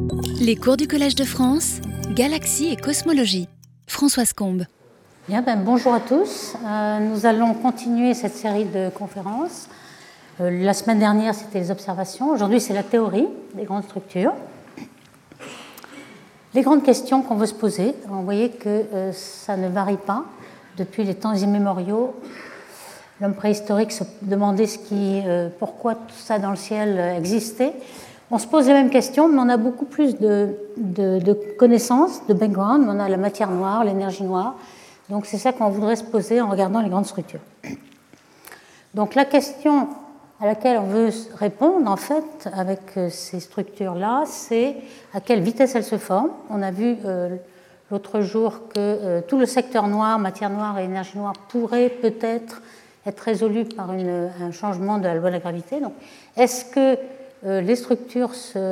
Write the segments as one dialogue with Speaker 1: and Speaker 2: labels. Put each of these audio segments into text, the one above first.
Speaker 1: Les cours du Collège de France, Galaxie et Cosmologie. Françoise Combe.
Speaker 2: Bien, bonjour à tous. Nous allons continuer cette série de conférences. La semaine dernière, c'était les observations. Aujourd'hui, c'est la théorie des grandes structures. Les grandes questions qu'on veut se poser, vous voyez que ça ne varie pas. Depuis les temps immémoriaux, l'homme préhistorique se demandait pourquoi tout ça dans le ciel existait. On se pose les mêmes questions, mais on a beaucoup plus de connaissances, de background. On a la matière noire, l'énergie noire. Donc c'est ça qu'on voudrait se poser en regardant les grandes structures. Donc la question à laquelle on veut répondre, en fait, avec ces structures-là, c'est à quelle vitesse elles se forment. On a vu l'autre jour que tout le secteur noir, matière noire et énergie noire, pourrait peut-être être résolu par un changement de la loi de la gravité. Donc, est-ce que les structures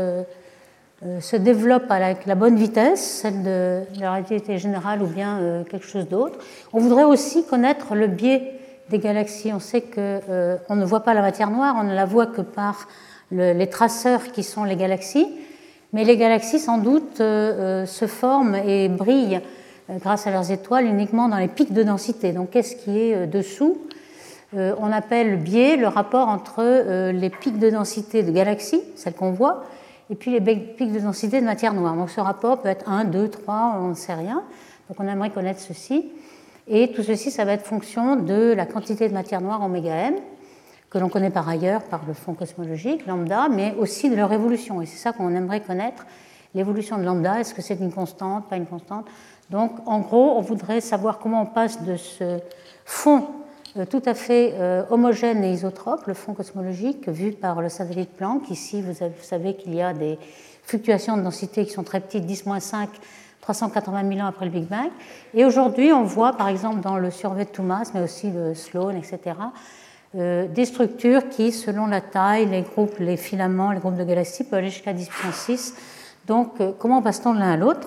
Speaker 2: se développent avec la bonne vitesse, celle de la relativité générale ou bien quelque chose d'autre? On voudrait aussi connaître le biais des galaxies. On sait qu'on ne voit pas la matière noire, on ne la voit que par les traceurs qui sont les galaxies, mais les galaxies sans doute se forment et brillent grâce à leurs étoiles uniquement dans les pics de densité. Donc qu'est-ce qui est dessous? On appelle biais le rapport entre les pics de densité de galaxies, celles qu'on voit, et puis les pics de densité de matière noire. Donc ce rapport peut être 1, 2, 3, on ne sait rien. Donc on aimerait connaître ceci. Et tout ceci, ça va être fonction de la quantité de matière noire oméga m, que l'on connaît par ailleurs par le fond cosmologique, lambda, mais aussi de leur évolution. Et c'est ça qu'on aimerait connaître, l'évolution de lambda. Est-ce que c'est une constante, pas une constante? Donc en gros, on voudrait savoir comment on passe de ce fond tout à fait homogène et isotrope, le fond cosmologique vu par le satellite Planck. Ici, vous savez qu'il y a des fluctuations de densité qui sont très petites, 10-5, 380 000 ans après le Big Bang. Et aujourd'hui, on voit, par exemple, dans le survey de Thomas, mais aussi le Sloan, etc., des structures qui, selon la taille, les groupes, les filaments, les groupes de galaxies, peuvent aller jusqu'à 10 puissance 6. Donc, comment passe-t-on de l'un à l'autre?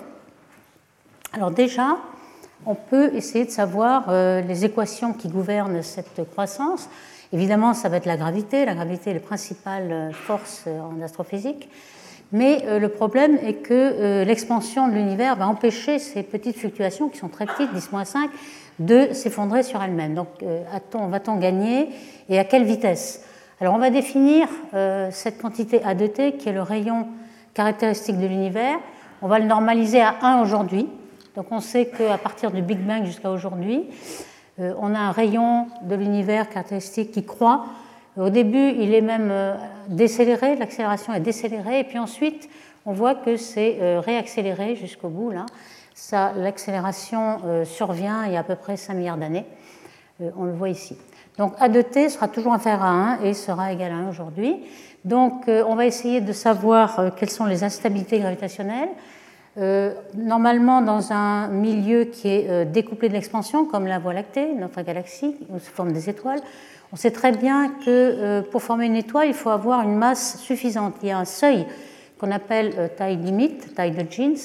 Speaker 2: Alors déjà, on peut essayer de savoir les équations qui gouvernent cette croissance. Évidemment, ça va être la gravité. La gravité est la principale force en astrophysique. Mais le problème est que l'expansion de l'univers va empêcher ces petites fluctuations, qui sont très petites, 10-5, de s'effondrer sur elles-mêmes. Donc, va-t-on gagner et à quelle vitesse? Alors, on va définir cette quantité A2T, qui est le rayon caractéristique de l'univers. On va le normaliser à 1 aujourd'hui. Donc on sait qu'à partir du Big Bang jusqu'à aujourd'hui, on a un rayon de l'univers caractéristique qui croît. Au début, il est même décéléré, l'accélération est décélérée, et puis ensuite, on voit que c'est réaccéléré jusqu'au bout. Là. L'accélération survient il y a à peu près 5 milliards d'années. On le voit ici. Donc A2T sera toujours inférieur à 1 et sera égal à 1 aujourd'hui. Donc on va essayer de savoir quelles sont les instabilités gravitationnelles. Normalement, dans un milieu qui est découplé de l'expansion, comme la Voie lactée, notre galaxie, où se forment des étoiles, on sait très bien que pour former une étoile, il faut avoir une masse suffisante. Il y a un seuil qu'on appelle taille limite, taille de Jeans,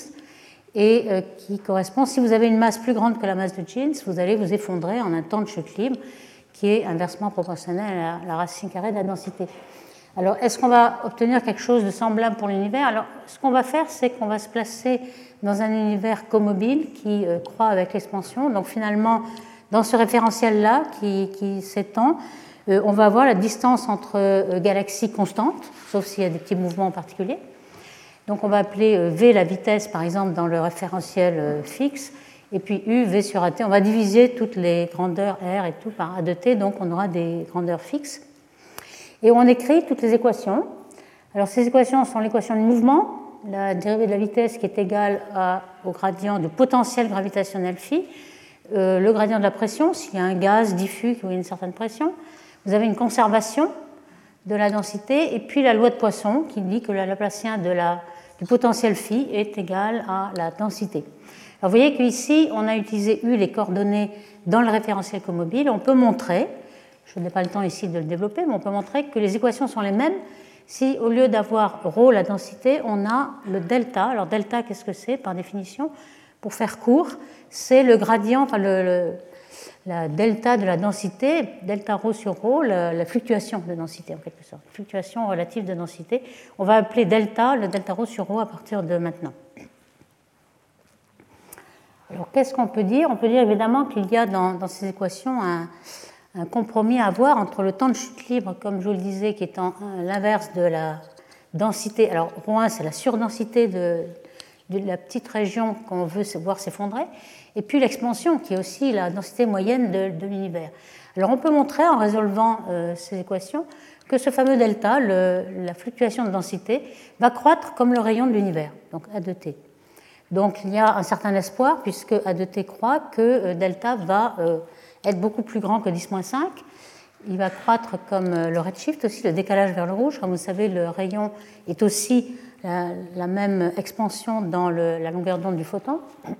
Speaker 2: et qui correspond, si vous avez une masse plus grande que la masse de Jeans, vous allez vous effondrer en un temps de chute libre qui est inversement proportionnel à la racine carrée de la densité. Alors, est-ce qu'on va obtenir quelque chose de semblable pour l'univers? Alors, ce qu'on va faire, c'est qu'on va se placer dans un univers comobile qui croît avec l'expansion. Donc, finalement, dans ce référentiel-là qui s'étend, on va avoir la distance entre galaxies constantes, sauf s'il y a des petits mouvements particuliers. Donc, on va appeler V la vitesse, par exemple, dans le référentiel fixe, et puis U, V sur AT. On va diviser toutes les grandeurs R et tout par A2T, donc on aura des grandeurs fixes. Et on écrit toutes les équations. Alors ces équations sont l'équation du mouvement, la dérivée de la vitesse qui est égale au gradient du potentiel gravitationnel phi, le gradient de la pression, s'il y a un gaz diffus qui a une certaine pression. Vous avez une conservation de la densité, et puis la loi de Poisson qui dit que le Laplacien du potentiel phi est égal à la densité. Alors vous voyez qu'ici, on a utilisé U, les coordonnées, dans le référentiel comobile. On peut montrer, je n'ai pas le temps ici de le développer, mais on peut montrer que les équations sont les mêmes si, au lieu d'avoir ρ, la densité, on a le delta. Alors delta, qu'est-ce que c'est par définition? Pour faire court, c'est le gradient, enfin la delta de la densité, delta ρ sur ρ, la fluctuation de densité en quelque sorte, fluctuation relative de densité. On va appeler delta le delta ρ sur ρ à partir de maintenant. Alors qu'est-ce qu'on peut dire? On peut dire évidemment qu'il y a dans ces équations un compromis à avoir entre le temps de chute libre, comme je vous le disais, qui est l'inverse de la densité. Alors ρ1, c'est la surdensité de la petite région qu'on veut voir s'effondrer, et puis l'expansion, qui est aussi la densité moyenne de l'univers. Alors on peut montrer, en résolvant ces équations, que ce fameux delta, la fluctuation de densité, va croître comme le rayon de l'univers, donc A de t. Donc il y a un certain espoir, puisque A de t croît, que delta va être beaucoup plus grand que 10-5. Il va croître comme le redshift aussi, le décalage vers le rouge. Comme vous savez, le rayon est aussi la même expansion dans la longueur d'onde du photon.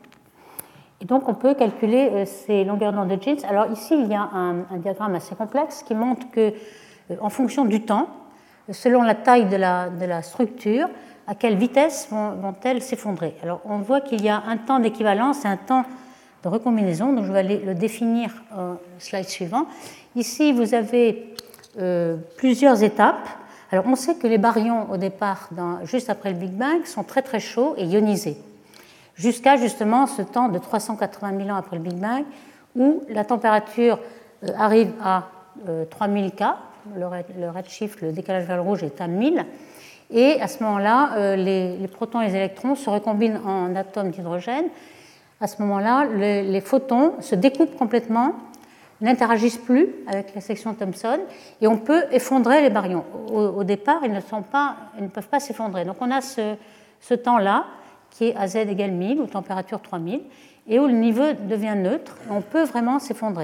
Speaker 2: Et donc on peut calculer ces longueurs d'onde de Jeans. Alors ici, il y a un diagramme assez complexe qui montre que, en fonction du temps, selon la taille de la structure, à quelle vitesse vont-elles s'effondrer. Alors on voit qu'il y a un temps d'équivalence et un temps de recombinaison, donc je vais aller le définir au slide suivant. Ici, vous avez plusieurs étapes. Alors on sait que les baryons, au départ, juste après le Big Bang, sont très très chauds et ionisés, jusqu'à justement ce temps de 380 000 ans après le Big Bang, où la température arrive à 3000 K, le redshift, le décalage vers le rouge est à 1000, et à ce moment-là, les protons et les électrons se recombinent en atomes d'hydrogène. À ce moment-là, les photons se découpent complètement, n'interagissent plus avec la section Thomson, et on peut effondrer les baryons. Au départ, ils ne peuvent pas s'effondrer. Donc on a ce temps-là, qui est à Z égale 1000, ou température 3000, et où le niveau devient neutre, et on peut vraiment s'effondrer.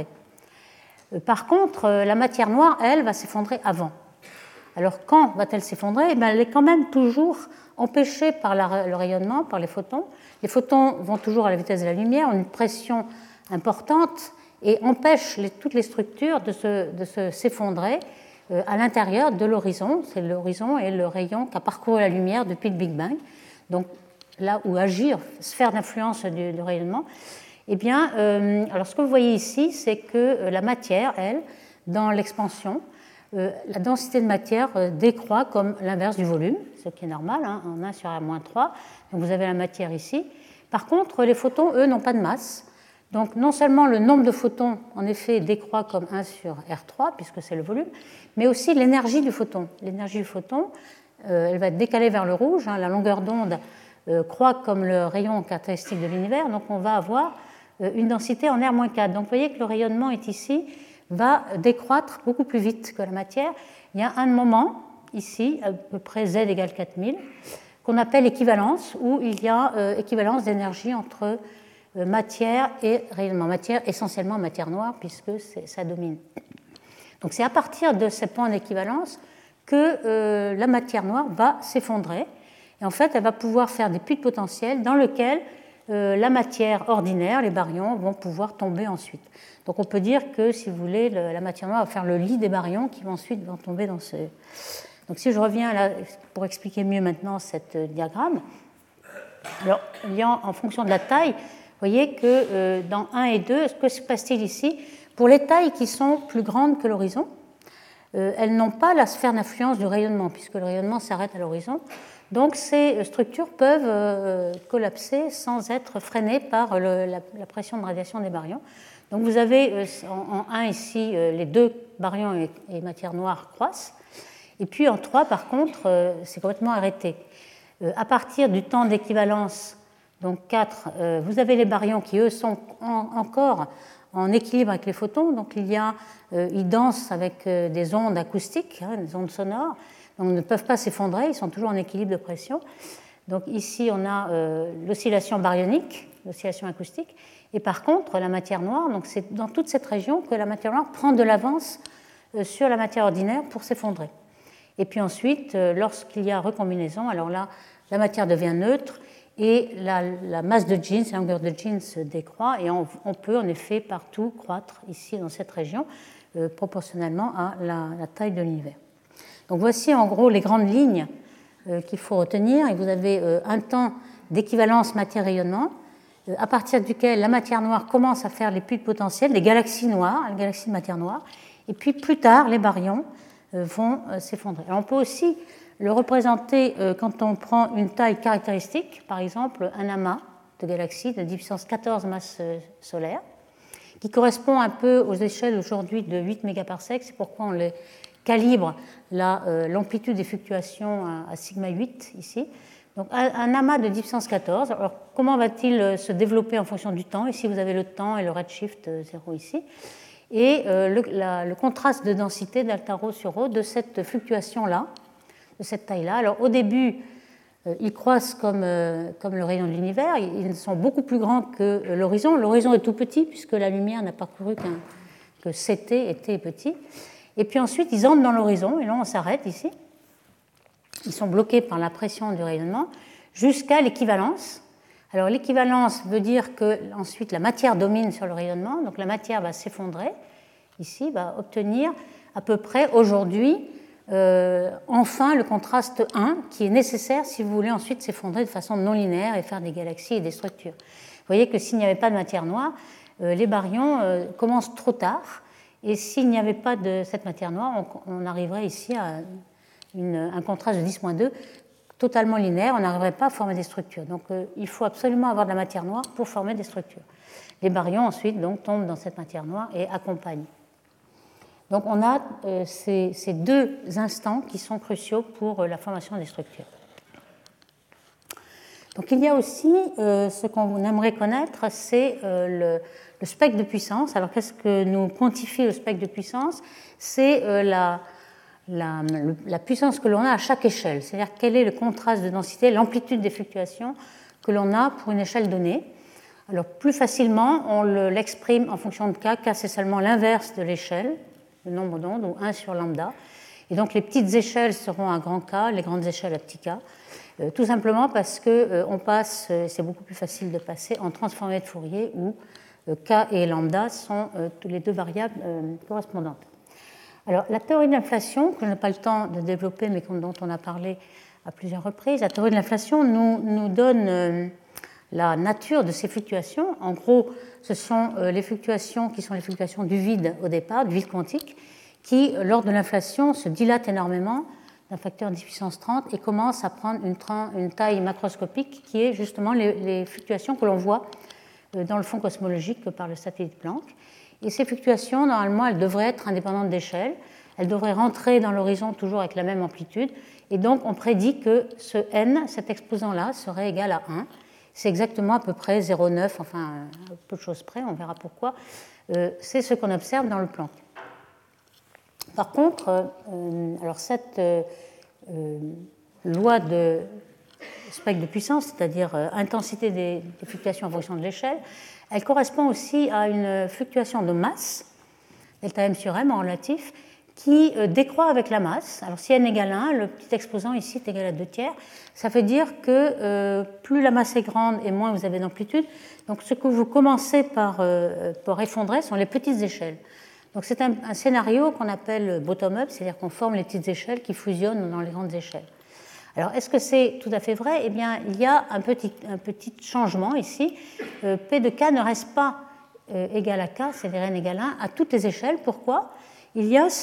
Speaker 2: Par contre, la matière noire, elle, va s'effondrer avant. Alors quand va-t-elle s'effondrer? Elle est quand même toujours empêchée par le rayonnement, par les photons. Les photons vont toujours à la vitesse de la lumière, ont une pression importante et empêchent toutes les structures de s'effondrer à l'intérieur de l'horizon. C'est l'horizon et le rayon qu'a parcouru la lumière depuis le Big Bang. Donc là où agit, sphère d'influence du rayonnement. Eh bien, alors ce que vous voyez ici, c'est que la matière, elle, dans l'expansion, la densité de matière décroît comme l'inverse du volume, ce qui est normal, en 1 sur R-3. Donc vous avez la matière ici. Par contre, les photons, eux, n'ont pas de masse. Donc non seulement le nombre de photons, en effet, décroît comme 1 sur R3, puisque c'est le volume, mais aussi l'énergie du photon. L'énergie du photon, elle va être décalée vers le rouge. La longueur d'onde croît comme le rayon caractéristique de l'univers. Donc on va avoir une densité en R-4. Donc vous voyez que le rayonnement est ici, va décroître beaucoup plus vite que la matière. Il y a un moment, ici, à peu près Z égale 4000, qu'on appelle équivalence, où il y a équivalence d'énergie entre matière et rayonnement. Matière, essentiellement matière noire, puisque ça domine. Donc c'est à partir de ce point d'équivalence que la matière noire va s'effondrer. Et en fait, elle va pouvoir faire des puits de potentiel dans lesquels la matière ordinaire, les baryons, vont pouvoir tomber ensuite. Donc on peut dire que, si vous voulez, la matière noire va faire le lit des baryons qui vont ensuite tomber dans ce... Donc si je reviens là pour expliquer mieux maintenant cette diagramme, alors il y a en fonction de la taille, vous voyez que dans 1 et 2, que se passe-t-il ici? Pour les tailles qui sont plus grandes que l'horizon, elles n'ont pas la sphère d'influence du rayonnement, puisque le rayonnement s'arrête à l'horizon. Donc ces structures peuvent collapser sans être freinées par la pression de radiation des baryons. Donc vous avez en 1 ici, les deux baryons et matière noire croissent. Et puis en 3, par contre, c'est complètement arrêté. À partir du temps d'équivalence, donc 4, vous avez les baryons qui, eux, sont encore en équilibre avec les photons. Donc ils dansent avec des ondes acoustiques, des ondes sonores. Donc ils ne peuvent pas s'effondrer, ils sont toujours en équilibre de pression. Donc ici, on a l'oscillation baryonique, l'oscillation acoustique. Et par contre, la matière noire, donc c'est dans toute cette région que la matière noire prend de l'avance sur la matière ordinaire pour s'effondrer. Et puis ensuite, lorsqu'il y a recombinaison, alors là, la matière devient neutre et la masse de Jeans, la longueur de Jeans décroît, et on peut en effet partout croître ici dans cette région proportionnellement à la taille de l'univers. Donc voici en gros les grandes lignes qu'il faut retenir. Et vous avez un temps d'équivalence matière-rayonnement, à partir duquel la matière noire commence à faire les puits de potentiel, les galaxies noires, les galaxies de matière noire, et puis plus tard, les baryons vont s'effondrer. Alors on peut aussi le représenter quand on prend une taille caractéristique, par exemple un amas de galaxies de 10 puissance 14 masses solaires, qui correspond un peu aux échelles aujourd'hui de 8 mégaparsecs. C'est pourquoi on les calibre l'amplitude des fluctuations à sigma 8 ici. Donc un amas de 10 puissance 14. Alors comment va-t-il se développer en fonction du temps? Ici vous avez le temps et le redshift 0 ici. Et le contraste de densité delta rho sur rho de cette fluctuation-là, de cette taille-là. Alors au début, ils croissent comme le rayon de l'univers, ils sont beaucoup plus grands que l'horizon. L'horizon est tout petit puisque la lumière n'a parcouru que CT et T est petit. Et puis ensuite, ils entrent dans l'horizon, et là on s'arrête ici. Ils sont bloqués par la pression du rayonnement jusqu'à l'équivalence. Alors l'équivalence veut dire que ensuite la matière domine sur le rayonnement, donc la matière va s'effondrer, ici, va obtenir à peu près aujourd'hui enfin le contraste 1 qui est nécessaire si vous voulez ensuite s'effondrer de façon non linéaire et faire des galaxies et des structures. Vous voyez que s'il n'y avait pas de matière noire, les baryons commencent trop tard, et s'il n'y avait pas de cette matière noire, on arriverait ici à un contraste de 10-2 totalement linéaire, on n'arriverait pas à former des structures. Donc il faut absolument avoir de la matière noire pour former des structures. Les baryons ensuite donc, tombent dans cette matière noire et accompagnent. Donc on a ces deux instants qui sont cruciaux pour la formation des structures. Donc il y a aussi ce qu'on aimerait connaître, c'est le spectre de puissance. Alors qu'est-ce que nous quantifie le spectre de puissance? C'est la puissance que l'on a à chaque échelle, c'est-à-dire quel est le contraste de densité, l'amplitude des fluctuations que l'on a pour une échelle donnée. Alors plus facilement, on l'exprime en fonction de k. K, c'est seulement l'inverse de l'échelle, le nombre d'ondes, ou 1 sur lambda. Et donc les petites échelles seront un grand k, les grandes échelles à petit k. Tout simplement parce qu'on passe, c'est beaucoup plus facile de passer en transformée de Fourier où k et lambda sont tous les deux variables correspondantes. Alors la théorie de l'inflation, que je n'ai pas le temps de développer mais dont on a parlé à plusieurs reprises, la théorie de l'inflation nous donne la nature de ces fluctuations. En gros, ce sont les fluctuations qui sont les fluctuations du vide au départ, du vide quantique, qui, lors de l'inflation, se dilatent énormément d'un facteur 10 puissance 30 et commencent à prendre une taille macroscopique qui est justement les fluctuations que l'on voit dans le fond cosmologique par le satellite Planck. Et ces fluctuations, normalement, elles devraient être indépendantes d'échelle. Elles devraient rentrer dans l'horizon toujours avec la même amplitude. Et donc, on prédit que ce n, cet exposant-là, serait égal à 1. C'est exactement à peu près 0,9, enfin, peu de choses près, on verra pourquoi. C'est ce qu'on observe dans le Planck. Par contre, alors cette loi de spectre de puissance, c'est-à-dire intensité des fluctuations en fonction de l'échelle, elle correspond aussi à une fluctuation de masse, delta m sur m en relatif, qui décroît avec la masse. Alors si n égale 1, le petit exposant ici est égal à 2/3, ça veut dire que plus la masse est grande et moins vous avez d'amplitude. Donc ce que vous commencez par effondrer sont les petites échelles. Donc c'est un scénario qu'on appelle bottom-up, c'est-à-dire qu'on forme les petites échelles qui fusionnent dans les grandes échelles. Alors est-ce que c'est tout à fait vrai? Eh bien, il y a un petit changement ici. P de k ne reste pas égal à k, c'est-à-dire n égale 1, à toutes les échelles. Pourquoi? Il y a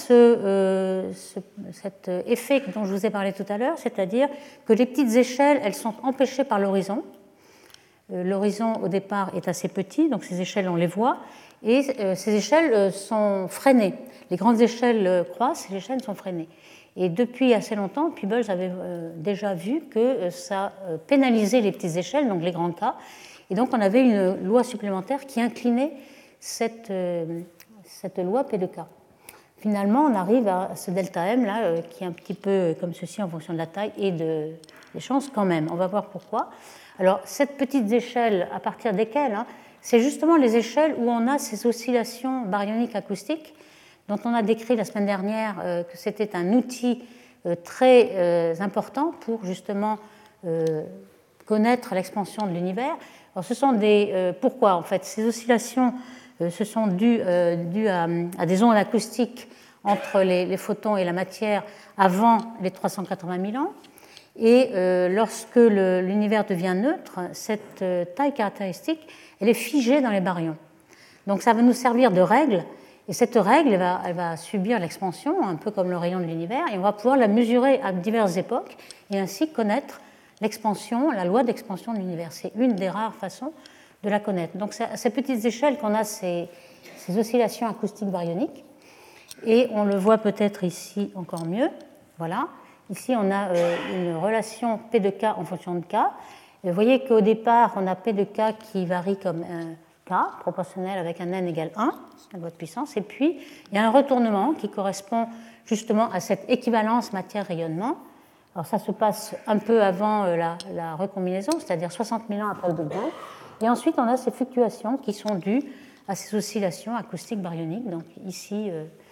Speaker 2: cet effet dont je vous ai parlé tout à l'heure, c'est-à-dire que les petites échelles, elles sont empêchées par l'horizon. L'horizon, au départ, est assez petit, donc ces échelles, on les voit, et ces échelles sont freinées. Les grandes échelles croissent, les échelles sont freinées. Et depuis assez longtemps, Peebles avait déjà vu que ça pénalisait les petites échelles, donc les grands K, et donc on avait une loi supplémentaire qui inclinait cette loi P de K. Finalement, on arrive à ce delta M là, qui est un petit peu comme ceci en fonction de la taille et des chances quand même. On va voir pourquoi. Alors, cette petite échelle, à partir desquelles, c'est justement les échelles où on a ces oscillations baryoniques acoustiques, dont on a décrit la semaine dernière que c'était un outil très important pour justement connaître l'expansion de l'univers. Alors, ce sont pourquoi en fait ces oscillations se sont dues à des ondes acoustiques entre les photons et la matière avant les 380 000 ans. Et lorsque l'univers devient neutre, cette taille caractéristique, elle est figée dans les baryons. Donc ça va nous servir de règle, et cette règle, elle va subir l'expansion, un peu comme le rayon de l'univers, et on va pouvoir la mesurer à diverses époques, et ainsi connaître l'expansion, la loi d'expansion de l'univers. C'est une des rares façons de la connaître. Donc c'est à ces petites échelles qu'on a ces oscillations acoustiques baryoniques, et on le voit peut-être ici encore mieux. Voilà. Ici, on a une relation P de K en fonction de K. Et vous voyez qu'au départ, on a P de K qui varie comme un K, proportionnel avec un n égale 1, la loi de puissance. Et puis, il y a un retournement qui correspond justement à cette équivalence matière-rayonnement. Alors ça se passe un peu avant la recombinaison, c'est-à-dire 60 000 ans après le Big Bang. Et ensuite, on a ces fluctuations qui sont dues à ces oscillations acoustiques baryoniques. Donc ici,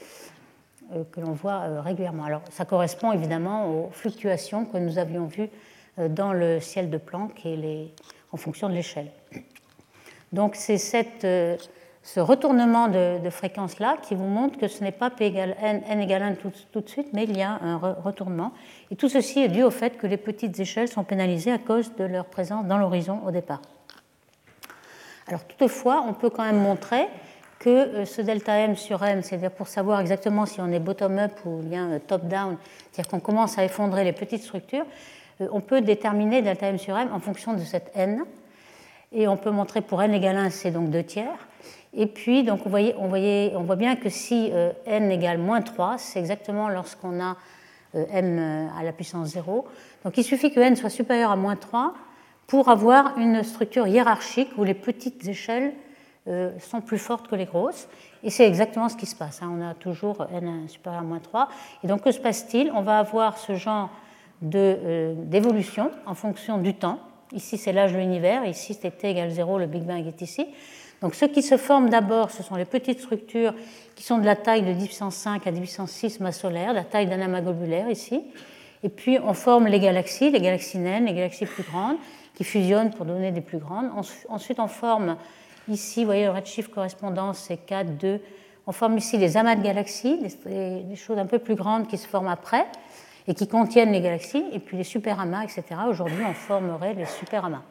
Speaker 2: que l'on voit régulièrement. Alors, ça correspond évidemment aux fluctuations que nous avions vues dans le ciel de Planck en fonction de l'échelle. Donc, c'est ce retournement de fréquence-là qui vous montre que ce n'est pas P égale N, N égale 1 tout de suite, mais il y a un retournement. Et tout ceci est dû au fait que les petites échelles sont pénalisées à cause de leur présence dans l'horizon au départ. Alors, toutefois, on peut quand même montrer que ce delta M sur M, c'est-à-dire pour savoir exactement si on est bottom-up ou bien top-down, c'est-à-dire qu'on commence à effondrer les petites structures, on peut déterminer delta M sur M en fonction de cette N. Et on peut montrer pour N égale 1, c'est donc 2 tiers. Et puis, donc, on voit bien que si N égale moins 3, c'est exactement lorsqu'on a M à la puissance 0. Donc, il suffit que N soit supérieur à moins 3 pour avoir une structure hiérarchique où les petites échelles sont plus fortes que les grosses. Et c'est exactement ce qui se passe. On a toujours n supérieur à moins 3. Et donc, que se passe-t-il? On va avoir ce genre d'évolution en fonction du temps. Ici, c'est l'âge de l'univers. Ici, c'est t égale 0, le Big Bang est ici. Donc, ce qui se forme d'abord, ce sont les petites structures qui sont de la taille de 10 puissance 5 à 10 puissance 6 masse solaire, la taille d'un amas globulaire ici. Et puis, on forme les galaxies naines, les galaxies plus grandes, qui fusionnent pour donner des plus grandes. Ensuite, on forme ici, vous voyez, le redshift correspondant, c'est 4, 2. On forme ici les amas de galaxies, des choses un peu plus grandes qui se forment après et qui contiennent les galaxies, et puis les superamas, etc. Aujourd'hui, on formerait les superamas.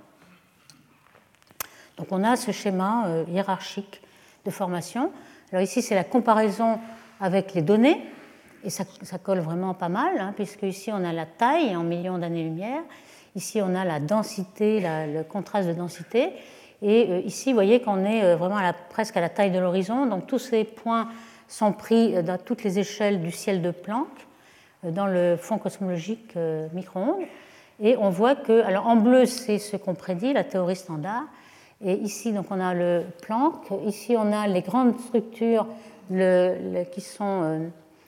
Speaker 2: Donc, on a ce schéma hiérarchique de formation. Alors ici, c'est la comparaison avec les données, et ça colle vraiment pas mal, puisque ici, on a la taille en millions d'années-lumière. Ici, on a la densité, le contraste de densité. Et ici, vous voyez qu'on est vraiment presque à la taille de l'horizon. Donc, tous ces points sont pris dans toutes les échelles du ciel de Planck, dans le fond cosmologique micro-ondes. Et on voit que, alors en bleu, c'est ce qu'on prédit, la théorie standard. Et ici, donc, on a le Planck. Ici, on a les grandes structures qui sont,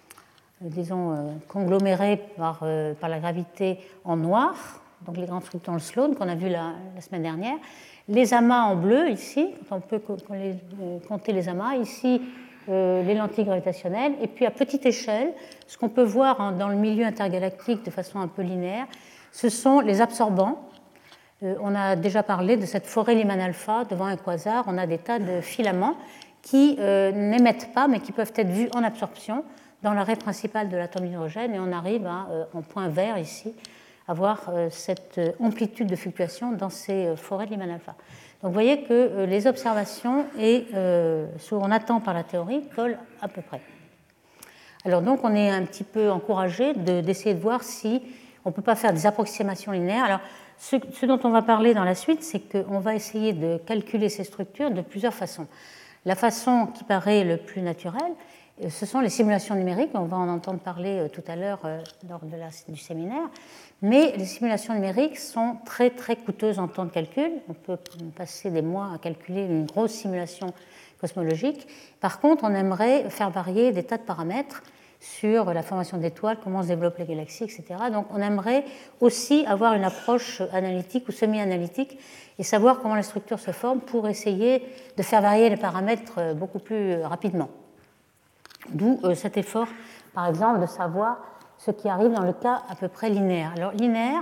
Speaker 2: disons, conglomérées par la gravité en noir. Donc, les grandes structures dans le Sloan qu'on a vu la semaine dernière. Les amas en bleu, ici, on peut compter les amas. Ici, les lentilles gravitationnelles. Et puis, à petite échelle, ce qu'on peut voir dans le milieu intergalactique de façon un peu linéaire, ce sont les absorbants. On a déjà parlé de cette forêt Lyman alpha devant un quasar. On a des tas de filaments qui n'émettent pas, mais qui peuvent être vus en absorption dans l'arrêt principal de l'atome d'hydrogène. Et on arrive en point vert ici à voir cette amplitude de fluctuation dans ces forêts de Lyman alpha. Donc vous voyez que les observations et ce qu'on attend par la théorie collent à peu près. Alors donc on est un petit peu encouragé d'essayer de voir si on ne peut pas faire des approximations linéaires. Alors ce dont on va parler dans la suite, c'est qu'on va essayer de calculer ces structures de plusieurs façons. La façon qui paraît le plus naturelle, ce sont les simulations numériques. On va en entendre parler tout à l'heure lors du séminaire. Mais les simulations numériques sont très, très coûteuses en temps de calcul. On peut passer des mois à calculer une grosse simulation cosmologique. Par contre, on aimerait faire varier des tas de paramètres sur la formation d'étoiles, comment se développent les galaxies, etc. Donc, on aimerait aussi avoir une approche analytique ou semi-analytique et savoir comment les structures se forment pour essayer de faire varier les paramètres beaucoup plus rapidement. D'où cet effort, par exemple, de savoir ce qui arrive dans le cas à peu près linéaire. Alors, linéaire,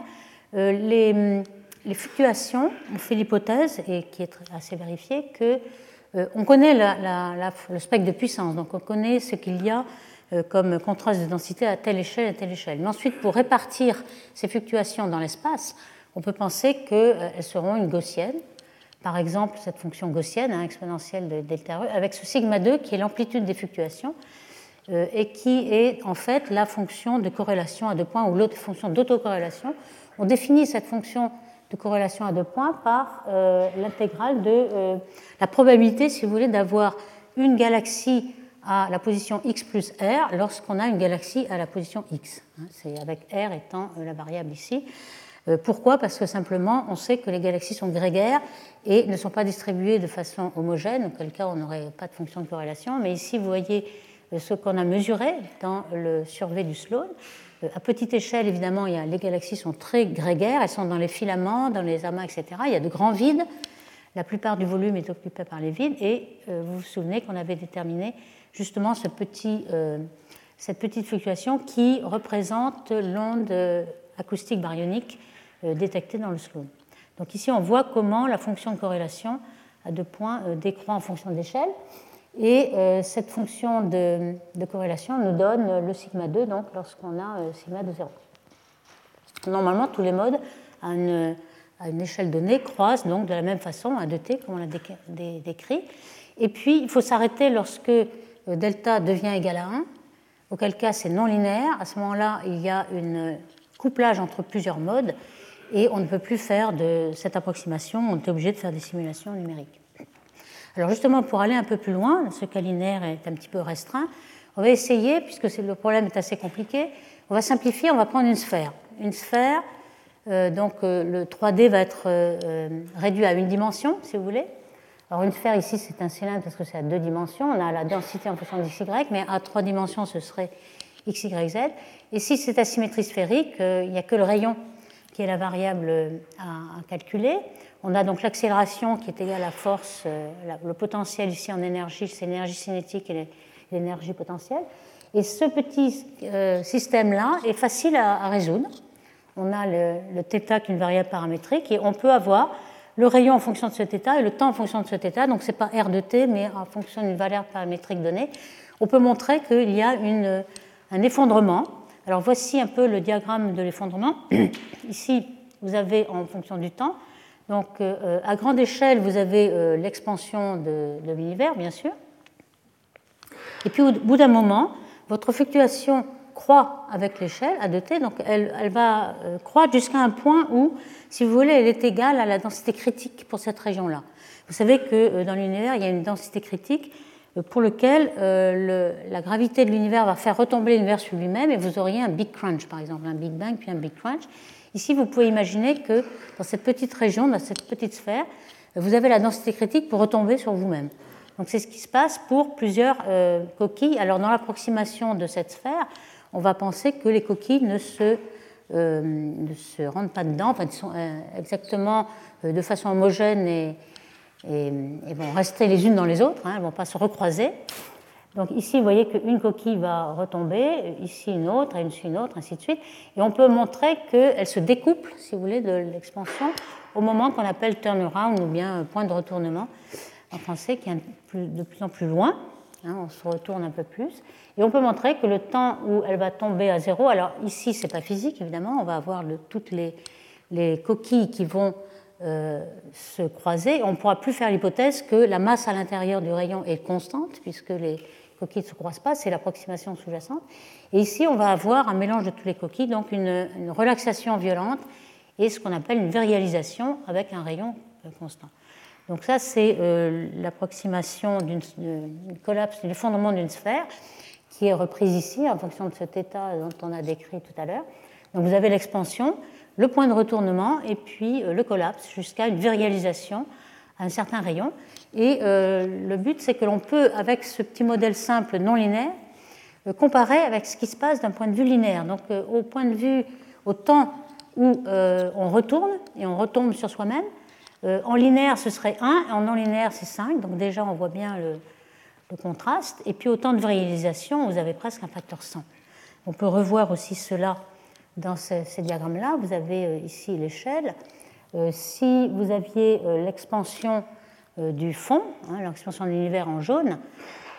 Speaker 2: les fluctuations, on fait l'hypothèse, et qui est assez vérifiée, qu'on connaît le spectre de puissance, donc on connaît ce qu'il y a comme contraste de densité à telle échelle, à telle échelle. Mais ensuite, pour répartir ces fluctuations dans l'espace, on peut penser qu'elles seront une gaussienne. Par exemple, cette fonction gaussienne, exponentielle de delta E, avec ce sigma 2 qui est l'amplitude des fluctuations et qui est en fait la fonction de corrélation à deux points ou l'autre fonction d'autocorrélation. On définit cette fonction de corrélation à deux points par l'intégrale de la probabilité, si vous voulez, d'avoir une galaxie à la position x plus r lorsqu'on a une galaxie à la position x. C'est avec r étant la variable ici. Pourquoi? Parce que simplement, on sait que les galaxies sont grégaires et ne sont pas distribuées de façon homogène, auquel cas on n'aurait pas de fonction de corrélation. Mais ici, vous voyez ce qu'on a mesuré dans le survey du Sloan. À petite échelle, évidemment, les galaxies sont très grégaires, elles sont dans les filaments, dans les amas, etc. Il y a de grands vides. La plupart du volume est occupé par les vides. Et vous vous souvenez qu'on avait déterminé justement cette petite fluctuation qui représente l'onde acoustique baryonique détectée dans le Sloan. Donc ici, on voit comment la fonction de corrélation à deux points décroît en fonction d'échelle. Et cette fonction de corrélation nous donne le sigma 2 donc, lorsqu'on a sigma de 0. Normalement, tous les modes à une échelle donnée croisent donc de la même façon à 2t, comme on l'a décrit. Et puis, il faut s'arrêter lorsque delta devient égal à 1, auquel cas c'est non linéaire. À ce moment-là, il y a un couplage entre plusieurs modes et on ne peut plus faire de cette approximation, on est obligé de faire des simulations numériques. Alors justement, pour aller un peu plus loin, ce cas linéaire est un petit peu restreint, on va essayer, puisque le problème est assez compliqué, on va simplifier, on va prendre une sphère. Une sphère, donc le 3D va être réduit à une dimension, si vous voulez. Alors une sphère ici, c'est un cylindre parce que c'est à deux dimensions, on a la densité en fonction d'xy, mais à trois dimensions, ce serait x, y, z. Et si c'est asymétrie sphérique, il n'y a que le rayon qui est la variable à calculer. On a donc l'accélération qui est égale à la force, le potentiel ici en énergie, c'est l'énergie cinétique et l'énergie potentielle. Et ce petit système-là est facile à résoudre. On a le θ qui est une variable paramétrique et on peut avoir le rayon en fonction de ce θ et le temps en fonction de ce θ. Donc ce n'est pas r de t, mais en fonction d'une variable paramétrique donnée. On peut montrer qu'il y a un effondrement. Alors voici un peu le diagramme de l'effondrement. Ici, vous avez en fonction du temps. Donc à grande échelle, vous avez l'expansion de l'univers, bien sûr. Et puis au bout d'un moment, votre fluctuation croît avec l'échelle à 2t, donc elle va croître jusqu'à un point où, si vous voulez, elle est égale à la densité critique pour cette région-là. Vous savez que dans l'univers, il y a une densité critique pour laquelle la gravité de l'univers va faire retomber l'univers sur lui-même et vous auriez un Big Crunch, par exemple, un Big Bang puis un Big Crunch. Ici, vous pouvez imaginer que dans cette petite région, dans cette petite sphère, vous avez la densité critique pour retomber sur vous-même. Donc c'est ce qui se passe pour plusieurs coquilles. Alors dans l'approximation de cette sphère, on va penser que les coquilles ne se rendent pas dedans, enfin, elles sont exactement de façon homogène et vont rester les unes dans les autres, elles ne vont pas se recroiser. Donc ici, vous voyez qu'une coquille va retomber, ici une autre, et une autre, ainsi de suite. Et on peut montrer qu'elles se découplent, si vous voulez, de l'expansion au moment qu'on appelle turnaround ou bien point de retournement en français, qui est de plus en plus loin. On se retourne un peu plus. Et on peut montrer que le temps où elle va tomber à zéro, alors ici, ce n'est pas physique, évidemment, on va avoir toutes les coquilles qui vont se croiser. On ne pourra plus faire l'hypothèse que la masse à l'intérieur du rayon est constante, puisque les coquilles ne se croisent pas, c'est l'approximation sous-jacente. Et ici, on va avoir un mélange de toutes les coquilles, donc une relaxation violente et ce qu'on appelle une virialisation avec un rayon constant. Donc ça, c'est l'approximation du collapse, de l'effondrement d'une sphère, qui est reprise ici en fonction de ce θ dont on a décrit tout à l'heure. Donc vous avez l'expansion, le point de retournement et puis le collapse jusqu'à une virialisation à un certain rayon. Et le but, c'est que l'on peut, avec ce petit modèle simple non linéaire, comparer avec ce qui se passe d'un point de vue linéaire. Donc au point de vue, au temps où on retourne et on retombe sur soi-même, en linéaire, ce serait 1, et en non linéaire, c'est 5. Donc déjà, on voit bien le contraste. Et puis au temps de virialisation, vous avez presque un facteur 100. On peut revoir aussi cela dans ces diagrammes-là. Vous avez ici l'échelle. Si vous aviez l'expansion du fond, l'expansion de l'univers en jaune,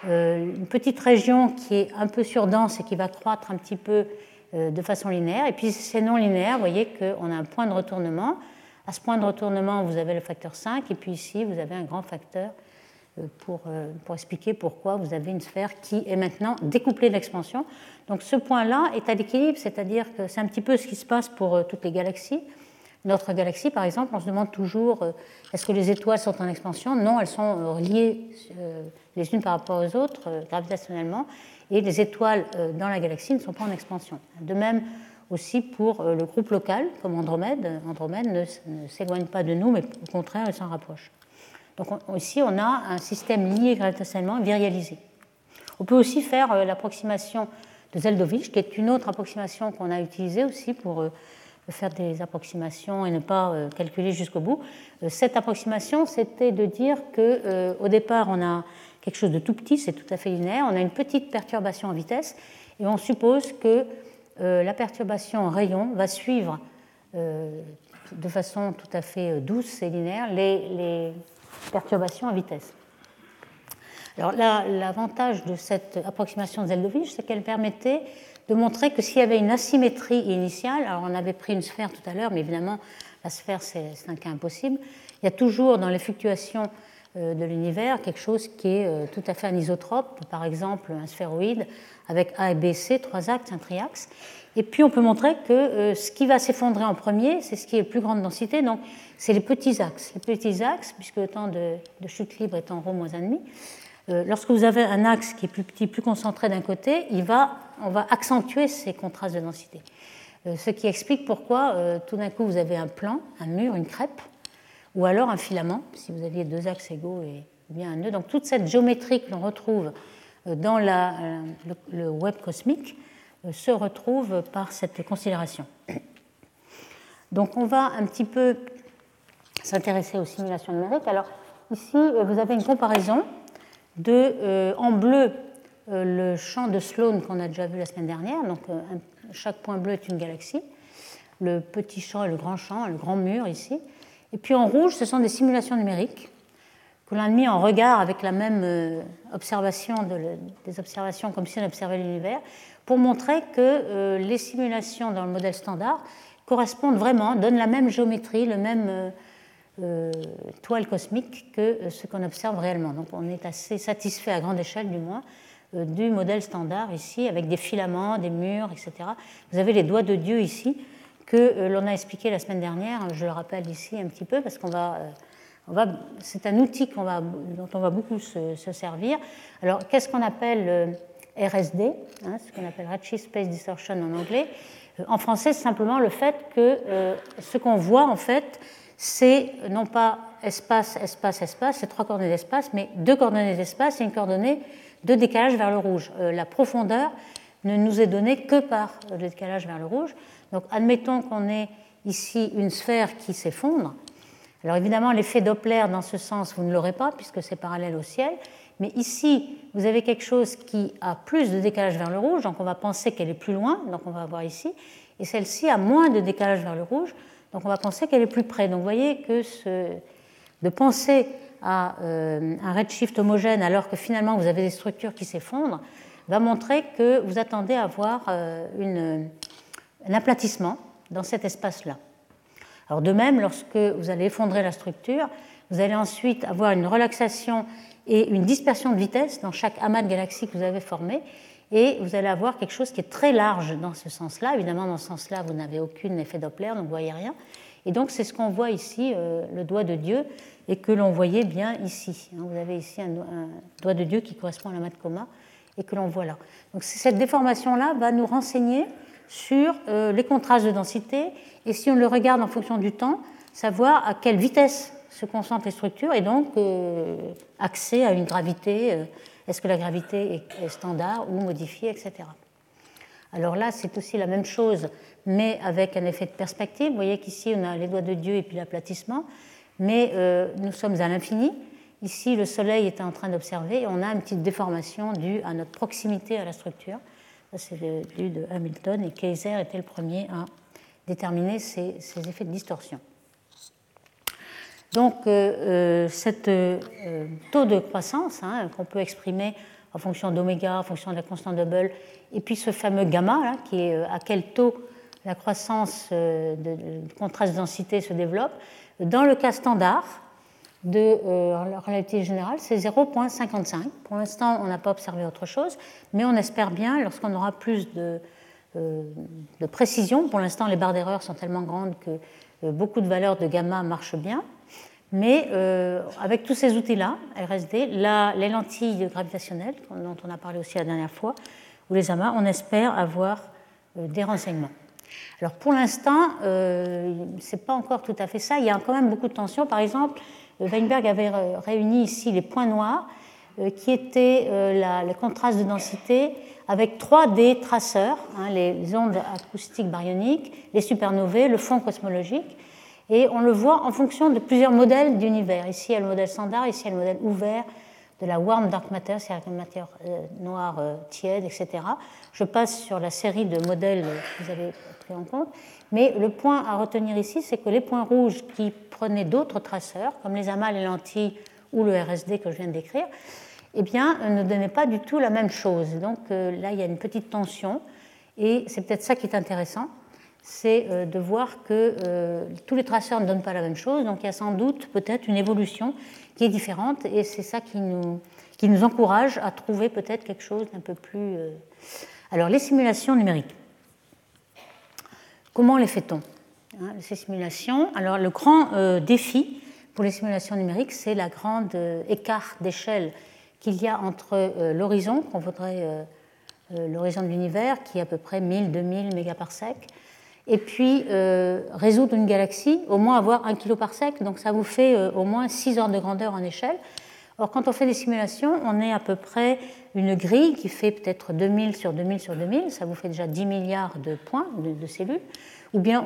Speaker 2: une petite région qui est un peu surdense et qui va croître un petit peu de façon linéaire. Et puis c'est non linéaire, vous voyez qu'on a un point de retournement. À ce point de retournement, vous avez le facteur 5, et puis ici, vous avez un grand facteur pour expliquer pourquoi vous avez une sphère qui est maintenant découplée de l'expansion. Donc ce point-là est à l'équilibre, c'est-à-dire que c'est un petit peu ce qui se passe pour toutes les galaxies. Notre galaxie, par exemple, on se demande toujours est-ce que les étoiles sont en expansion? Non, elles sont reliées les unes par rapport aux autres gravitationnellement, et les étoiles dans la galaxie ne sont pas en expansion. De même aussi pour le groupe local, comme Andromède. Andromède ne s'éloigne pas de nous, mais au contraire, elle s'en rapproche. Donc ici, on a un système lié gravitationnellement virialisé. On peut aussi faire l'approximation de Zeldovich, qui est une autre approximation qu'on a utilisée aussi pour faire des approximations et ne pas calculer jusqu'au bout. Cette approximation, c'était de dire qu'au départ, on a quelque chose de tout petit, c'est tout à fait linéaire, on a une petite perturbation en vitesse, et on suppose que la perturbation en rayon va suivre de façon tout à fait douce et linéaire les perturbations en vitesse. Alors là, l'avantage de cette approximation de Zeldovich, c'est qu'elle permettait de montrer que s'il y avait une asymétrie initiale, alors on avait pris une sphère tout à l'heure, mais évidemment la sphère c'est un cas impossible, il y a toujours dans les fluctuations de l'univers quelque chose qui est tout à fait anisotrope, par exemple un sphéroïde avec A et B, C, trois axes, un triaxe. Et puis on peut montrer que ce qui va s'effondrer en premier, c'est ce qui est le plus grande densité, donc c'est les petits axes. Les petits axes, puisque le temps de chute libre est en ρ moins 1,5, lorsque vous avez un axe qui est plus petit, plus concentré d'un côté, on va accentuer ces contrastes de densité. Ce qui explique pourquoi tout d'un coup vous avez un plan, un mur, une crêpe, ou alors un filament, si vous aviez deux axes égaux et bien un nœud. Donc toute cette géométrie que l'on retrouve dans le web cosmique se retrouve par cette considération. Donc on va un petit peu s'intéresser aux simulations numériques. Alors ici, vous avez une comparaison en bleu le champ de Sloan qu'on a déjà vu la semaine dernière. Donc chaque point bleu est une galaxie. Le petit champ et le grand mur ici. Et puis en rouge, ce sont des simulations numériques que l'on a mis en regard avec la même observation, des observations comme si on observait l'univers, pour montrer que les simulations dans le modèle standard correspondent vraiment, donnent la même géométrie, le même toile cosmique que ce qu'on observe réellement. Donc on est assez satisfait à grande échelle du moins du modèle standard ici, avec des filaments, des murs, etc. Vous avez les doigts de Dieu ici, que l'on a expliqué la semaine dernière, je le rappelle ici un petit peu, parce c'est un outil dont on va beaucoup se servir. Alors, qu'est-ce qu'on appelle RSD, ce qu'on appelle Redshift Space Distortion en anglais? En français, c'est simplement le fait que ce qu'on voit, en fait, c'est non pas espace, espace, espace, c'est trois coordonnées d'espace, mais deux coordonnées d'espace et une coordonnée de décalage vers le rouge. La profondeur ne nous est donnée que par le décalage vers le rouge. Donc, admettons qu'on ait ici une sphère qui s'effondre. Alors, évidemment, l'effet Doppler, dans ce sens, vous ne l'aurez pas, puisque c'est parallèle au ciel. Mais ici, vous avez quelque chose qui a plus de décalage vers le rouge, donc on va penser qu'elle est plus loin, donc on va voir ici. Et celle-ci a moins de décalage vers le rouge, donc on va penser qu'elle est plus près. Donc, vous voyez que de penser à un redshift homogène, alors que finalement, vous avez des structures qui s'effondrent, va montrer que vous attendez à avoir un aplatissement dans cet espace-là. Alors de même, lorsque vous allez effondrer la structure, vous allez ensuite avoir une relaxation et une dispersion de vitesse dans chaque amas de galaxies que vous avez formé, et vous allez avoir quelque chose qui est très large dans ce sens-là. Évidemment, dans ce sens-là, vous n'avez aucun effet Doppler, donc vous ne voyez rien. Et donc, c'est ce qu'on voit ici, le doigt de Dieu, et que l'on voyait bien ici. Vous avez ici un doigt de Dieu qui correspond à l'amas de Coma, et que l'on voit là. Donc, cette déformation-là va nous renseigner sur les contrastes de densité, et si on le regarde en fonction du temps, savoir à quelle vitesse se concentrent les structures, et donc accès à une gravité, est-ce que la gravité est standard ou modifiée, etc. Alors là, c'est aussi la même chose, mais avec un effet de perspective. Vous voyez qu'ici, on a les doigts de Dieu et puis l'aplatissement, mais nous sommes à l'infini. Ici, le Soleil est en train d'observer, et on a une petite déformation due à notre proximité à la structure. C'est dû de Hamilton, et Kayser était le premier à déterminer ces effets de distorsion. Donc, cet taux de croissance, qu'on peut exprimer en fonction d'oméga, en fonction de la constante de Hubble, et puis ce fameux gamma, là, qui est à quel taux la croissance de contraste densité se développe. Dans le cas standard de la relativité générale, c'est 0,55. Pour l'instant, on n'a pas observé autre chose, mais on espère bien, lorsqu'on aura plus de précision, pour l'instant les barres d'erreur sont tellement grandes que beaucoup de valeurs de gamma marchent bien, mais avec tous ces outils-là, RSD, les lentilles gravitationnelles, dont on a parlé aussi la dernière fois, ou les amas, on espère avoir des renseignements. Alors pour l'instant, ce n'est pas encore tout à fait ça, il y a quand même beaucoup de tensions. Par exemple, Weinberg avait réuni ici les points noirs qui étaient le contraste de densité avec 3 des traceurs, les ondes acoustiques baryoniques, les supernovae, le fond cosmologique, et on le voit en fonction de plusieurs modèles d'univers. Ici, il y a le modèle standard, ici, il y a le modèle ouvert de la warm dark matter, c'est-à-dire la matière noire tiède, etc. Je passe sur la série de modèles que vous avez pris en compte, mais le point à retenir ici, c'est que les points rouges qui prenaient d'autres traceurs, comme les amas, les lentilles ou le RSD que je viens de décrire, eh bien, ne donnaient pas du tout la même chose. Donc là, il y a une petite tension, et c'est peut-être ça qui est intéressant, c'est de voir que tous les traceurs ne donnent pas la même chose, donc il y a sans doute peut-être une évolution qui est différente, et c'est ça qui nous encourage à trouver peut-être quelque chose d'un peu plus... Alors, les simulations numériques. Comment les fait-on, ces simulations? Alors, le grand défi pour les simulations numériques, c'est la grande écart d'échelle qu'il y a entre l'horizon, qu'on voudrait l'horizon de l'univers, qui est à peu près 1000-2000 mégaparsecs, et puis résoudre une galaxie, au moins avoir 1 kiloparsec, donc ça vous fait au moins 6 ordres de grandeur en échelle. Or, quand on fait des simulations, on est à peu près une grille qui fait peut-être 2000 sur 2000 sur 2000, ça vous fait déjà 10 milliards de points, de cellules, ou bien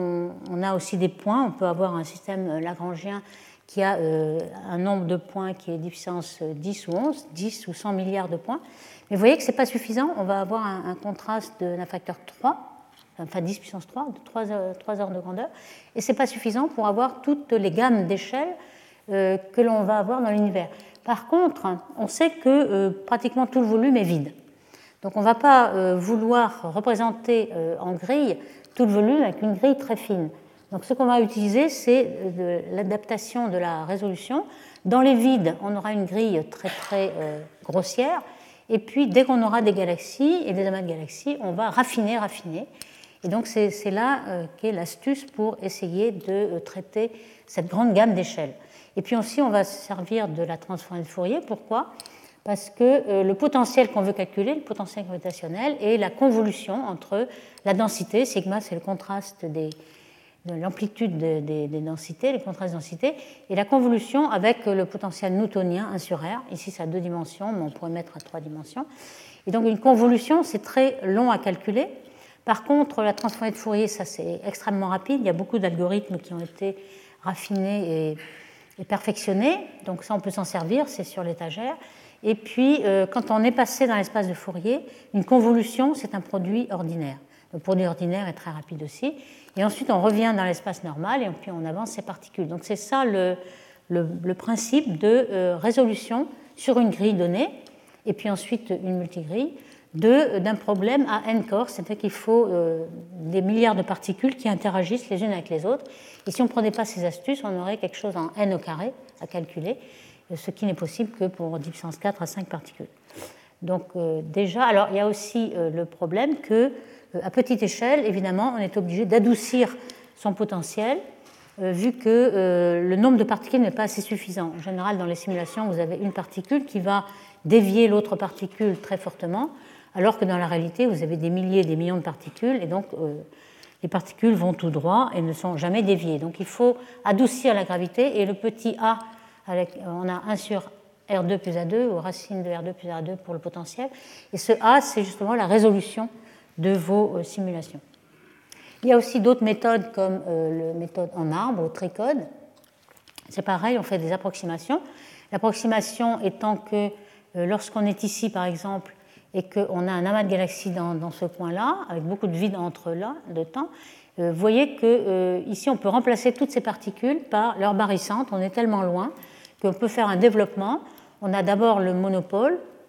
Speaker 2: on a aussi des points, on peut avoir un système lagrangien qui a un nombre de points qui est 10 puissance 10 ou 11, 10 ou 100 milliards de points. Mais vous voyez que ce n'est pas suffisant, on va avoir un contraste d'un facteur 3, enfin 10 puissance 3, de 3 ordres de grandeur, et ce n'est pas suffisant pour avoir toutes les gammes d'échelle que l'on va avoir dans l'univers. Par contre, on sait que pratiquement tout le volume est vide. Donc on ne va pas vouloir représenter en grille tout le volume avec une grille très fine. Donc ce qu'on va utiliser, c'est l'adaptation de la résolution. Dans les vides, on aura une grille très très grossière, et puis dès qu'on aura des galaxies et des amas de galaxies, on va raffiner. Et donc c'est là qu'est l'astuce pour essayer de traiter cette grande gamme d'échelles. Et puis aussi, on va se servir de la transformée de Fourier. Pourquoi? Parce que le potentiel qu'on veut calculer, le potentiel gravitationnel, est la convolution entre la densité, sigma c'est le contraste de l'amplitude des densités, les contrastes de densité, et la convolution avec le potentiel newtonien 1 sur R. Ici, c'est à 2 dimensions, mais on pourrait mettre à 3 dimensions. Et donc, une convolution, c'est très long à calculer. Par contre, la transformée de Fourier, ça c'est extrêmement rapide. Il y a beaucoup d'algorithmes qui ont été raffinés et perfectionnés. Donc ça, on peut s'en servir, c'est sur l'étagère. Et puis, quand on est passé dans l'espace de Fourier, une convolution, c'est un produit ordinaire. Le produit ordinaire est très rapide aussi. Et ensuite, on revient dans l'espace normal et puis on avance ces particules. Donc c'est ça le principe de résolution sur une grille donnée, et puis ensuite une multigrille, d'un problème à n corps, c'est-à-dire qu'il faut des milliards de particules qui interagissent les unes avec les autres. Et si on ne prenait pas ces astuces, on aurait quelque chose en n au carré à calculer, ce qui n'est possible que pour 10 puissance 4 à 5 particules. Donc déjà, alors il y a aussi le problème que, à petite échelle, évidemment, on est obligé d'adoucir son potentiel, vu que le nombre de particules n'est pas assez suffisant. En général, dans les simulations, vous avez une particule qui va dévier l'autre particule très fortement, alors que dans la réalité, vous avez des milliers, des millions de particules, et donc les particules vont tout droit et ne sont jamais déviées. Donc il faut adoucir la gravité, et le petit a, on a 1 sur R2 plus A2, ou racine de R2 plus R2 pour le potentiel, et ce a, c'est justement la résolution de vos simulations. Il y a aussi d'autres méthodes, comme la méthode en arbre, au tricode. C'est pareil, on fait des approximations. L'approximation étant que lorsqu'on est ici, par exemple, et qu'on a un amas de galaxies dans ce point-là, avec beaucoup de vide entre là, de temps, vous voyez qu'ici, on peut remplacer toutes ces particules par leur barycentre. On est tellement loin qu'on peut faire un développement. On a d'abord le monopôle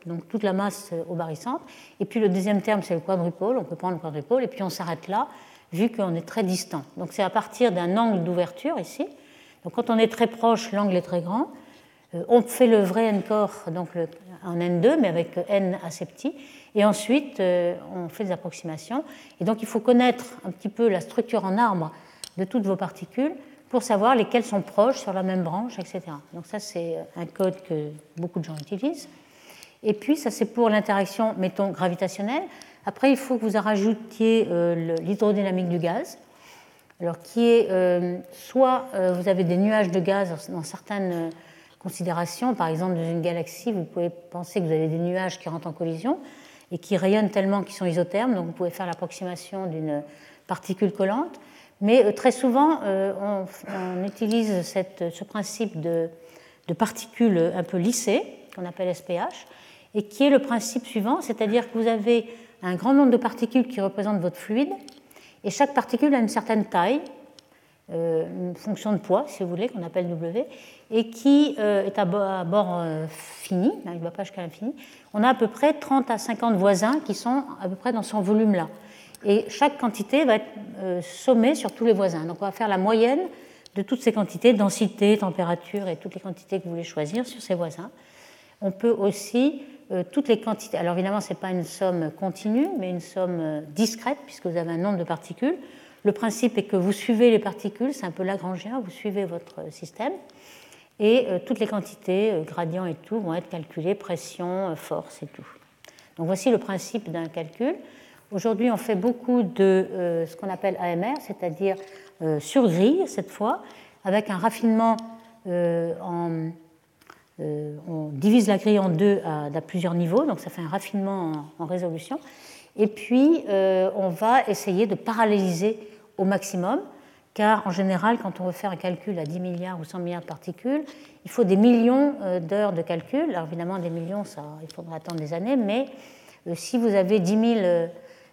Speaker 2: donc toute la masse au-barycentre. Et puis le deuxième terme, c'est le quadrupôle, on peut prendre le quadrupôle, et puis on s'arrête là, vu qu'on est très distant. Donc c'est à partir d'un angle d'ouverture ici. Donc quand on est très proche, l'angle est très grand. On fait le vrai n-core donc en n2, mais avec n assez petit. Et ensuite, on fait des approximations. Et donc il faut connaître un petit peu la structure en arbre de toutes vos particules pour savoir lesquelles sont proches sur la même branche, etc. Donc ça, c'est un code que beaucoup de gens utilisent. Et puis, ça, c'est pour l'interaction, mettons, gravitationnelle. Après, il faut que vous rajoutiez l'hydrodynamique du gaz, alors qui est soit vous avez des nuages de gaz dans certaines considérations. Par exemple, dans une galaxie, vous pouvez penser que vous avez des nuages qui rentrent en collision et qui rayonnent tellement qu'ils sont isothermes, donc vous pouvez faire l'approximation d'une particule collante. Mais très souvent, on utilise ce principe de particules un peu lissées, qu'on appelle SPH, et qui est le principe suivant, c'est-à-dire que vous avez un grand nombre de particules qui représentent votre fluide, et chaque particule a une certaine taille, une fonction de poids, si vous voulez, qu'on appelle W, et qui est à bord fini, il ne va pas jusqu'à l'infini. On a à peu près 30 à 50 voisins qui sont à peu près dans son volume-là. Et chaque quantité va être sommée sur tous les voisins. Donc on va faire la moyenne de toutes ces quantités, densité, température et toutes les quantités que vous voulez choisir sur ces voisins. On peut aussi toutes les quantités. Alors évidemment, ce n'est pas une somme continue, mais une somme discrète, puisque vous avez un nombre de particules. Le principe est que vous suivez les particules, c'est un peu lagrangien, vous suivez votre système, et toutes les quantités, gradients et tout, vont être calculées, pression, force et tout. Donc voici le principe d'un calcul. Aujourd'hui, on fait beaucoup de ce qu'on appelle AMR, c'est-à-dire sur grille cette fois, avec un raffinement on divise la grille en deux à plusieurs niveaux, donc ça fait un raffinement en résolution. Et puis, on va essayer de paralléliser au maximum, car en général, quand on veut faire un calcul à 10 milliards ou 100 milliards de particules, il faut des millions d'heures de calcul. Alors évidemment, des millions, il faudra attendre des années, mais si vous avez 10 000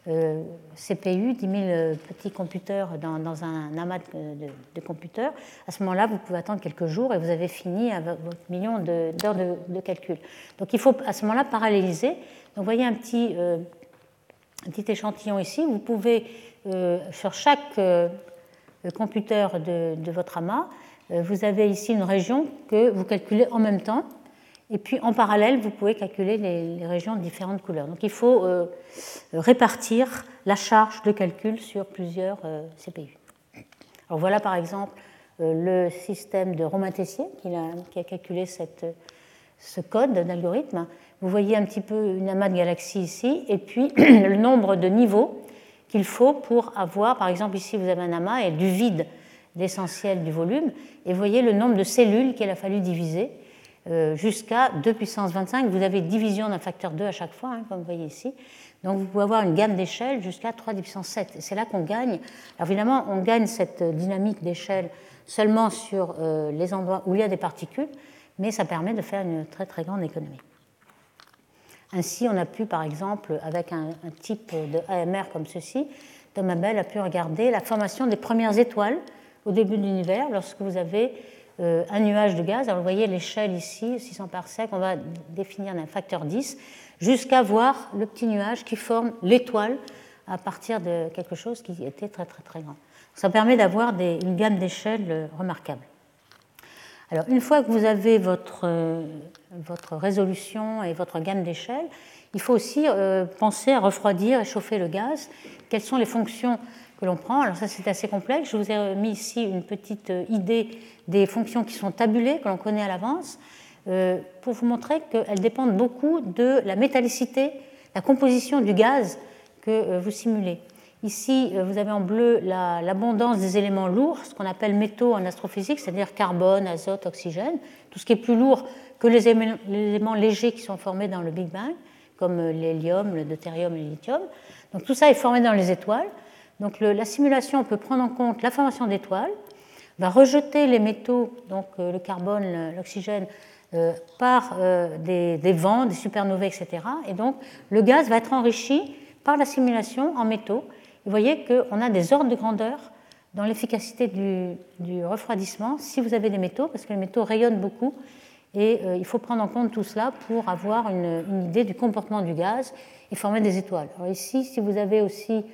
Speaker 2: CPU, 10 000 petits computers dans un amas de computers, à ce moment-là, vous pouvez attendre quelques jours et vous avez fini avec votre million d'heures de calcul. Donc il faut à ce moment-là paralléliser. Donc vous voyez un petit échantillon ici. Vous pouvez, sur chaque computer de votre amas, vous avez ici une région que vous calculez en même temps. Et puis en parallèle, vous pouvez calculer les régions de différentes couleurs. Donc il faut répartir la charge de calcul sur plusieurs CPU. Alors voilà par exemple le système de Romain Tessier qui a calculé ce code d'algorithme. Vous voyez un petit peu une amas de galaxies ici, et puis le nombre de niveaux qu'il faut pour avoir, par exemple ici vous avez un amas et du vide l'essentiel du volume, et vous voyez le nombre de cellules qu'il a fallu diviser jusqu'à 2 puissance 25. Vous avez division d'un facteur 2 à chaque fois, comme vous voyez ici. Donc vous pouvez avoir une gamme d'échelle jusqu'à 3 puissance 7. Et c'est là qu'on gagne. Alors évidemment, on gagne cette dynamique d'échelle seulement sur les endroits où il y a des particules, mais ça permet de faire une très très grande économie. Ainsi, on a pu, par exemple, avec un type de AMR comme ceci, Tom Abel a pu regarder la formation des premières étoiles au début de l'univers, lorsque vous avez un nuage de gaz. Alors vous voyez l'échelle ici, 600 parsecs, on va définir d'un facteur 10, jusqu'à voir le petit nuage qui forme l'étoile à partir de quelque chose qui était très très très grand. Ça permet d'avoir une gamme d'échelles remarquable. Alors une fois que vous avez votre résolution et votre gamme d'échelles, il faut aussi penser à refroidir et chauffer le gaz. Quelles sont les fonctions que l'on prend? Alors ça c'est assez complexe. Je vous ai mis ici une petite idée des fonctions qui sont tabulées, que l'on connaît à l'avance, pour vous montrer qu'elles dépendent beaucoup de la métallicité, la composition du gaz que vous simulez. Ici, vous avez en bleu l'abondance des éléments lourds, ce qu'on appelle métaux en astrophysique, c'est-à-dire carbone, azote, oxygène, tout ce qui est plus lourd que les éléments légers qui sont formés dans le Big Bang, comme l'hélium, le deutérium et le lithium. Donc tout ça est formé dans les étoiles. Donc la simulation peut prendre en compte la formation d'étoiles, va rejeter les métaux, donc le carbone, l'oxygène, par des vents, des supernovae, etc. Et donc le gaz va être enrichi par la simulation en métaux. Vous voyez qu'on a des ordres de grandeur dans l'efficacité du refroidissement si vous avez des métaux, parce que les métaux rayonnent beaucoup Et il faut prendre en compte tout cela pour avoir une idée du comportement du gaz et former des étoiles. Alors ici, si vous avez aussi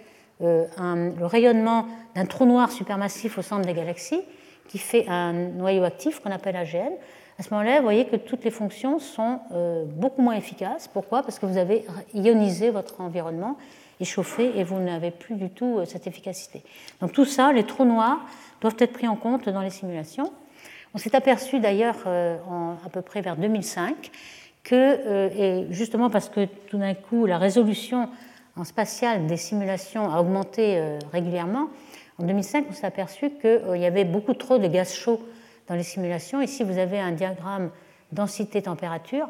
Speaker 2: le rayonnement d'un trou noir supermassif au centre des galaxies qui fait un noyau actif qu'on appelle AGN, à ce moment-là, vous voyez que toutes les fonctions sont beaucoup moins efficaces. Pourquoi? Parce que vous avez ionisé votre environnement et chauffé et vous n'avez plus du tout cette efficacité. Donc tout ça, les trous noirs, doivent être pris en compte dans les simulations. On s'est aperçu d'ailleurs à peu près vers 2005 que, et justement parce que tout d'un coup la résolution en spatiale des simulations a augmenté régulièrement, en 2005 on s'est aperçu qu'il y avait beaucoup trop de gaz chaud dans les simulations. Ici vous avez un diagramme densité-température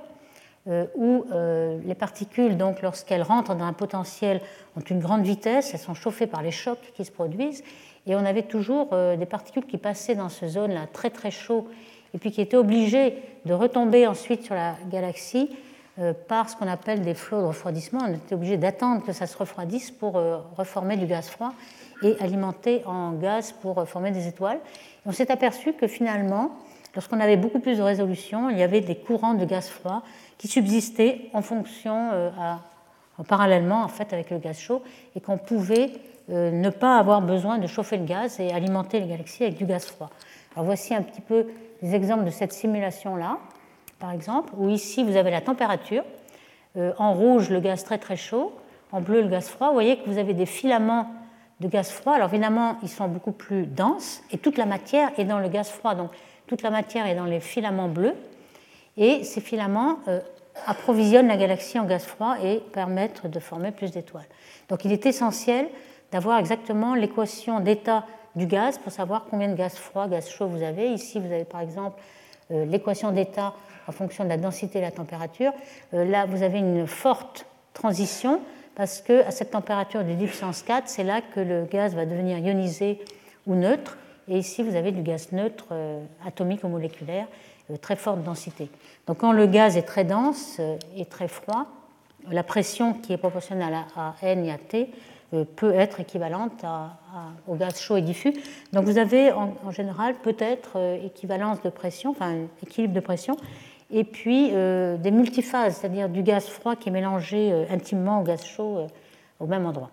Speaker 2: où les particules, donc, lorsqu'elles rentrent dans un potentiel, ont une grande vitesse, elles sont chauffées par les chocs qui se produisent, et on avait toujours des particules qui passaient dans cette zone-là très très chaud, et puis qui étaient obligées de retomber ensuite sur la galaxie par ce qu'on appelle des flots de refroidissement. On était obligé d'attendre que ça se refroidisse pour reformer du gaz froid et alimenter en gaz pour former des étoiles. Et on s'est aperçu que finalement, lorsqu'on avait beaucoup plus de résolution, il y avait des courants de gaz froid qui subsistaient en fonction, parallèlement en fait avec le gaz chaud, et qu'on pouvait ne pas avoir besoin de chauffer le gaz et alimenter les galaxies avec du gaz froid. Alors voici un petit peu des exemples de cette simulation-là, par exemple, où ici vous avez la température, en rouge le gaz très très chaud, en bleu le gaz froid. Vous voyez que vous avez des filaments de gaz froid. Alors évidemment, ils sont beaucoup plus denses et toute la matière est dans le gaz froid. Donc toute la matière est dans les filaments bleus et ces filaments approvisionnent la galaxie en gaz froid et permettent de former plus d'étoiles. Donc il est essentiel d'avoir exactement l'équation d'état du gaz pour savoir combien de gaz froid, gaz chaud vous avez. Ici, vous avez par exemple l'équation d'état en fonction de la densité et la température. Là, vous avez une forte transition parce qu'à cette température de 10 puissance 4, c'est là que le gaz va devenir ionisé ou neutre. Et ici, vous avez du gaz neutre atomique ou moléculaire, très forte densité. Donc quand le gaz est très dense et très froid, la pression qui est proportionnelle à N et à T peut être équivalente au gaz chaud et diffus. Donc vous avez en général peut-être équivalence de pression, enfin équilibre de pression, et puis des multiphases, c'est-à-dire du gaz froid qui est mélangé intimement au gaz chaud au même endroit.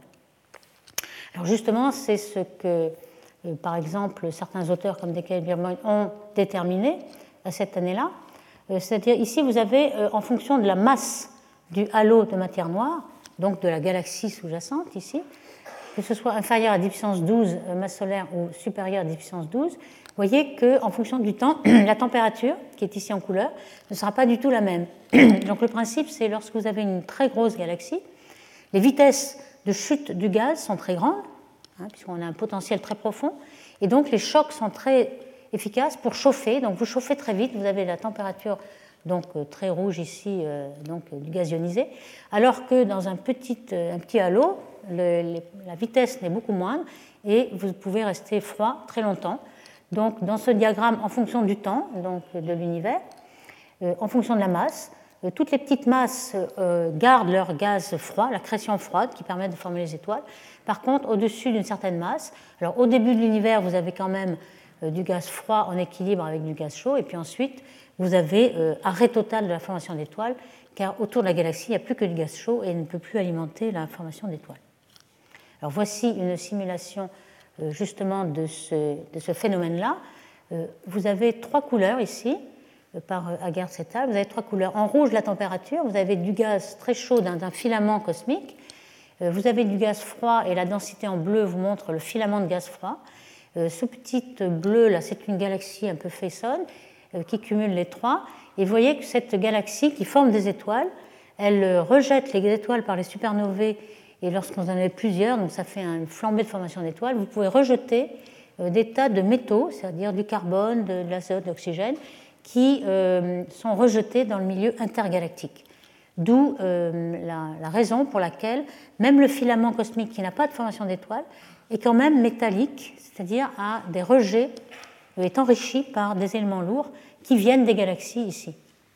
Speaker 2: Alors justement, c'est ce que, par exemple, certains auteurs comme Dekker et Birman ont déterminé à cette année-là. C'est-à-dire ici, vous avez, en fonction de la masse du halo de matière noire, donc de la galaxie sous-jacente ici, que ce soit inférieur à 10 puissance 12 masse solaire ou supérieur à 10 puissance 12, vous voyez qu'en fonction du temps, la température, qui est ici en couleur, ne sera pas du tout la même. Donc le principe, c'est lorsque vous avez une très grosse galaxie, les vitesses de chute du gaz sont très grandes, puisqu'on a un potentiel très profond, et donc les chocs sont très efficaces pour chauffer. Donc vous chauffez très vite, vous avez la température donc très rouge ici, donc du gaz ionisé, alors que dans un petit halo, la vitesse n'est beaucoup moindre et vous pouvez rester froid très longtemps. Donc dans ce diagramme, en fonction du temps, donc de l'univers, en fonction de la masse, toutes les petites masses gardent leur gaz froid, la accrétion froide qui permet de former les étoiles. Par contre, au-dessus d'une certaine masse, alors au début de l'univers, vous avez quand même du gaz froid en équilibre avec du gaz chaud, et puis ensuite, vous avez arrêt total de la formation d'étoiles, car autour de la galaxie, il n'y a plus que du gaz chaud et il ne peut plus alimenter la formation d'étoiles. Alors voici une simulation justement de ce phénomène-là. Vous avez trois couleurs ici, par Agartz et al. Vous avez trois couleurs. En rouge, la température. Vous avez du gaz très chaud d'un filament cosmique. Vous avez du gaz froid et la densité en bleu vous montre le filament de gaz froid. Ce petit bleu, là, c'est une galaxie un peu faisonne qui cumule les trois. Et vous voyez que cette galaxie qui forme des étoiles, elle rejette les étoiles par les supernovae. Et lorsqu'on en a plusieurs, donc ça fait une flambée de formation d'étoiles, vous pouvez rejeter des tas de métaux, c'est-à-dire du carbone, de l'azote, de l'oxygène, qui sont rejetés dans le milieu intergalactique. D'où la raison pour laquelle même le filament cosmique qui n'a pas de formation d'étoiles est quand même métallique, c'est-à-dire a des rejets, est enrichi par des éléments lourds qui viennent des galaxies ici.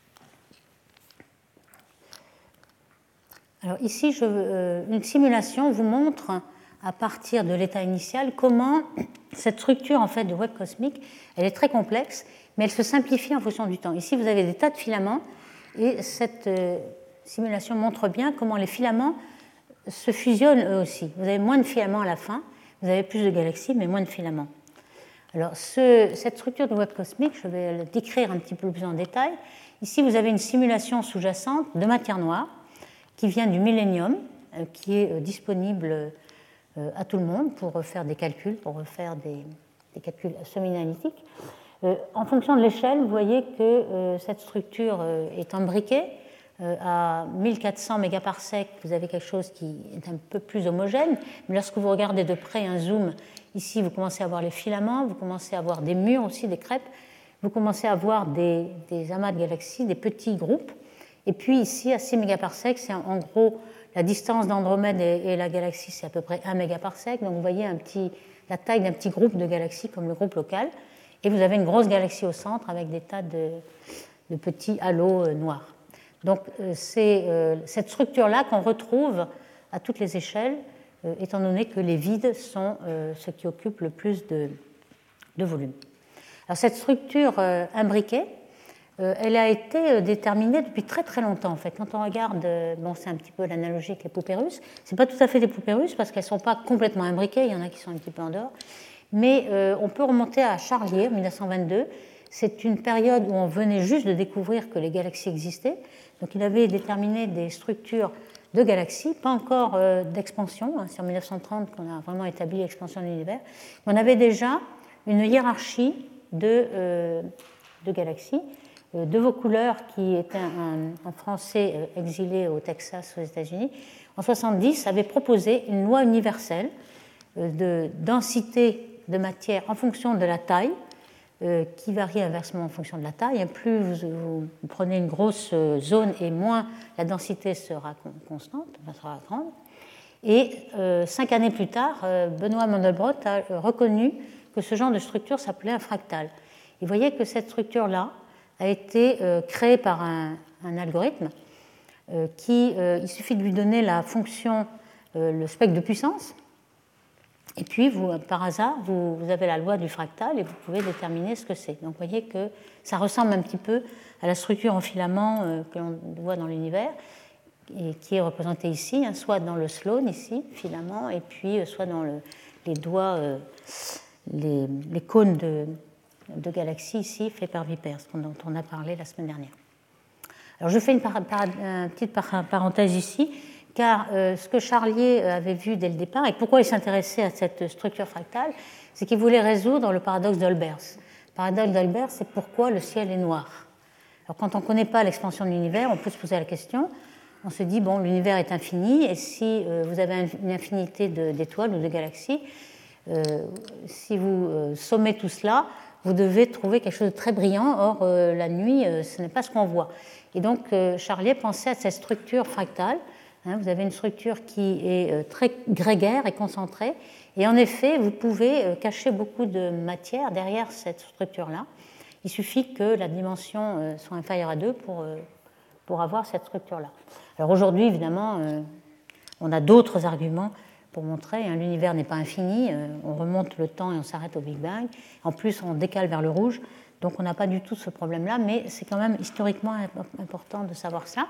Speaker 2: Alors ici, une simulation vous montre, à partir de l'état initial, comment cette structure en fait, de web cosmique, elle est très complexe, mais elle se simplifie en fonction du temps. Ici, vous avez des tas de filaments, et cette simulation montre bien comment les filaments se fusionnent eux aussi. Vous avez moins de filaments à la fin, vous avez plus de galaxies, mais moins de filaments. Alors, cette structure de web cosmique, je vais le décrire un petit peu plus en détail. Ici, vous avez une simulation sous-jacente de matière noire qui vient du millénium, qui est disponible à tout le monde pour faire des calculs, des calculs semi-analytiques. En fonction de l'échelle, vous voyez que cette structure est imbriquée. À 1400 mégaparsecs, vous avez quelque chose qui est un peu plus homogène, mais lorsque vous regardez de près un zoom, ici vous commencez à voir les filaments, vous commencez à voir des murs aussi, des crêpes, vous commencez à voir des amas de galaxies, des petits groupes, et puis ici à 6 mégaparsecs, c'est en gros la distance d'Andromède et la galaxie, c'est à peu près 1 mégaparsec, donc vous voyez la taille d'un petit groupe de galaxies comme le groupe local, et vous avez une grosse galaxie au centre avec des tas de petits halos noirs. Donc c'est cette structure-là qu'on retrouve à toutes les échelles, étant donné que les vides sont ce qui occupe le plus de volume. Alors cette structure imbriquée, elle a été déterminée depuis très très longtemps en fait. Quand on regarde, bon c'est un petit peu l'analogie avec les poupées russes, c'est pas tout à fait des poupées russes parce qu'elles ne sont pas complètement imbriquées, il y en a qui sont un petit peu en dehors, mais on peut remonter à Charlier, 1922. C'est une période où on venait juste de découvrir que les galaxies existaient. Donc il avait déterminé des structures de galaxies, pas encore d'expansion, hein, c'est en 1930 qu'on a vraiment établi l'expansion de l'univers, mais on avait déjà une hiérarchie de galaxies. De vos couleurs, qui était un Français exilé au Texas, aux États-Unis, en 1970 avait proposé une loi universelle de densité de matière en fonction de la taille, qui varie inversement en fonction de la taille. Plus vous prenez une grosse zone et moins la densité sera constante, sera grande. Et 5 années plus tard, Benoît Mandelbrot a reconnu que ce genre de structure s'appelait un fractal. Et vous voyez que cette structure-là a été créée par un algorithme il suffit de lui donner la fonction, le spectre de puissance, et puis, par hasard, vous avez la loi du fractal et vous pouvez déterminer ce que c'est. Donc, vous voyez que ça ressemble un petit peu à la structure en filament que l'on voit dans l'univers et qui est représentée ici, hein, soit dans le Sloan, ici, filament, et puis soit dans les doigts, les cônes de galaxies, ici, faits par Vipers, dont on a parlé la semaine dernière. Alors, je fais une petite parenthèse ici, car ce que Charlier avait vu dès le départ, et pourquoi il s'intéressait à cette structure fractale, c'est qu'il voulait résoudre le paradoxe d'Olbers. Le paradoxe d'Olbers, c'est pourquoi le ciel est noir. Alors quand on ne connaît pas l'expansion de l'univers, on peut se poser la question, on se dit, bon, l'univers est infini, et si vous avez une infinité d'étoiles ou de galaxies, si vous sommez tout cela, vous devez trouver quelque chose de très brillant, or la nuit, ce n'est pas ce qu'on voit. Et donc Charlier pensait à cette structure fractale. Vous avez une structure qui est très grégaire et concentrée, et en effet, vous pouvez cacher beaucoup de matière derrière cette structure-là. Il suffit que la dimension soit inférieure à 2 pour avoir cette structure-là. Alors aujourd'hui, évidemment, on a d'autres arguments pour montrer que l'univers n'est pas infini, on remonte le temps et on s'arrête au Big Bang. En plus, on décale vers le rouge, donc on n'a pas du tout ce problème-là, mais c'est quand même historiquement important de savoir ça.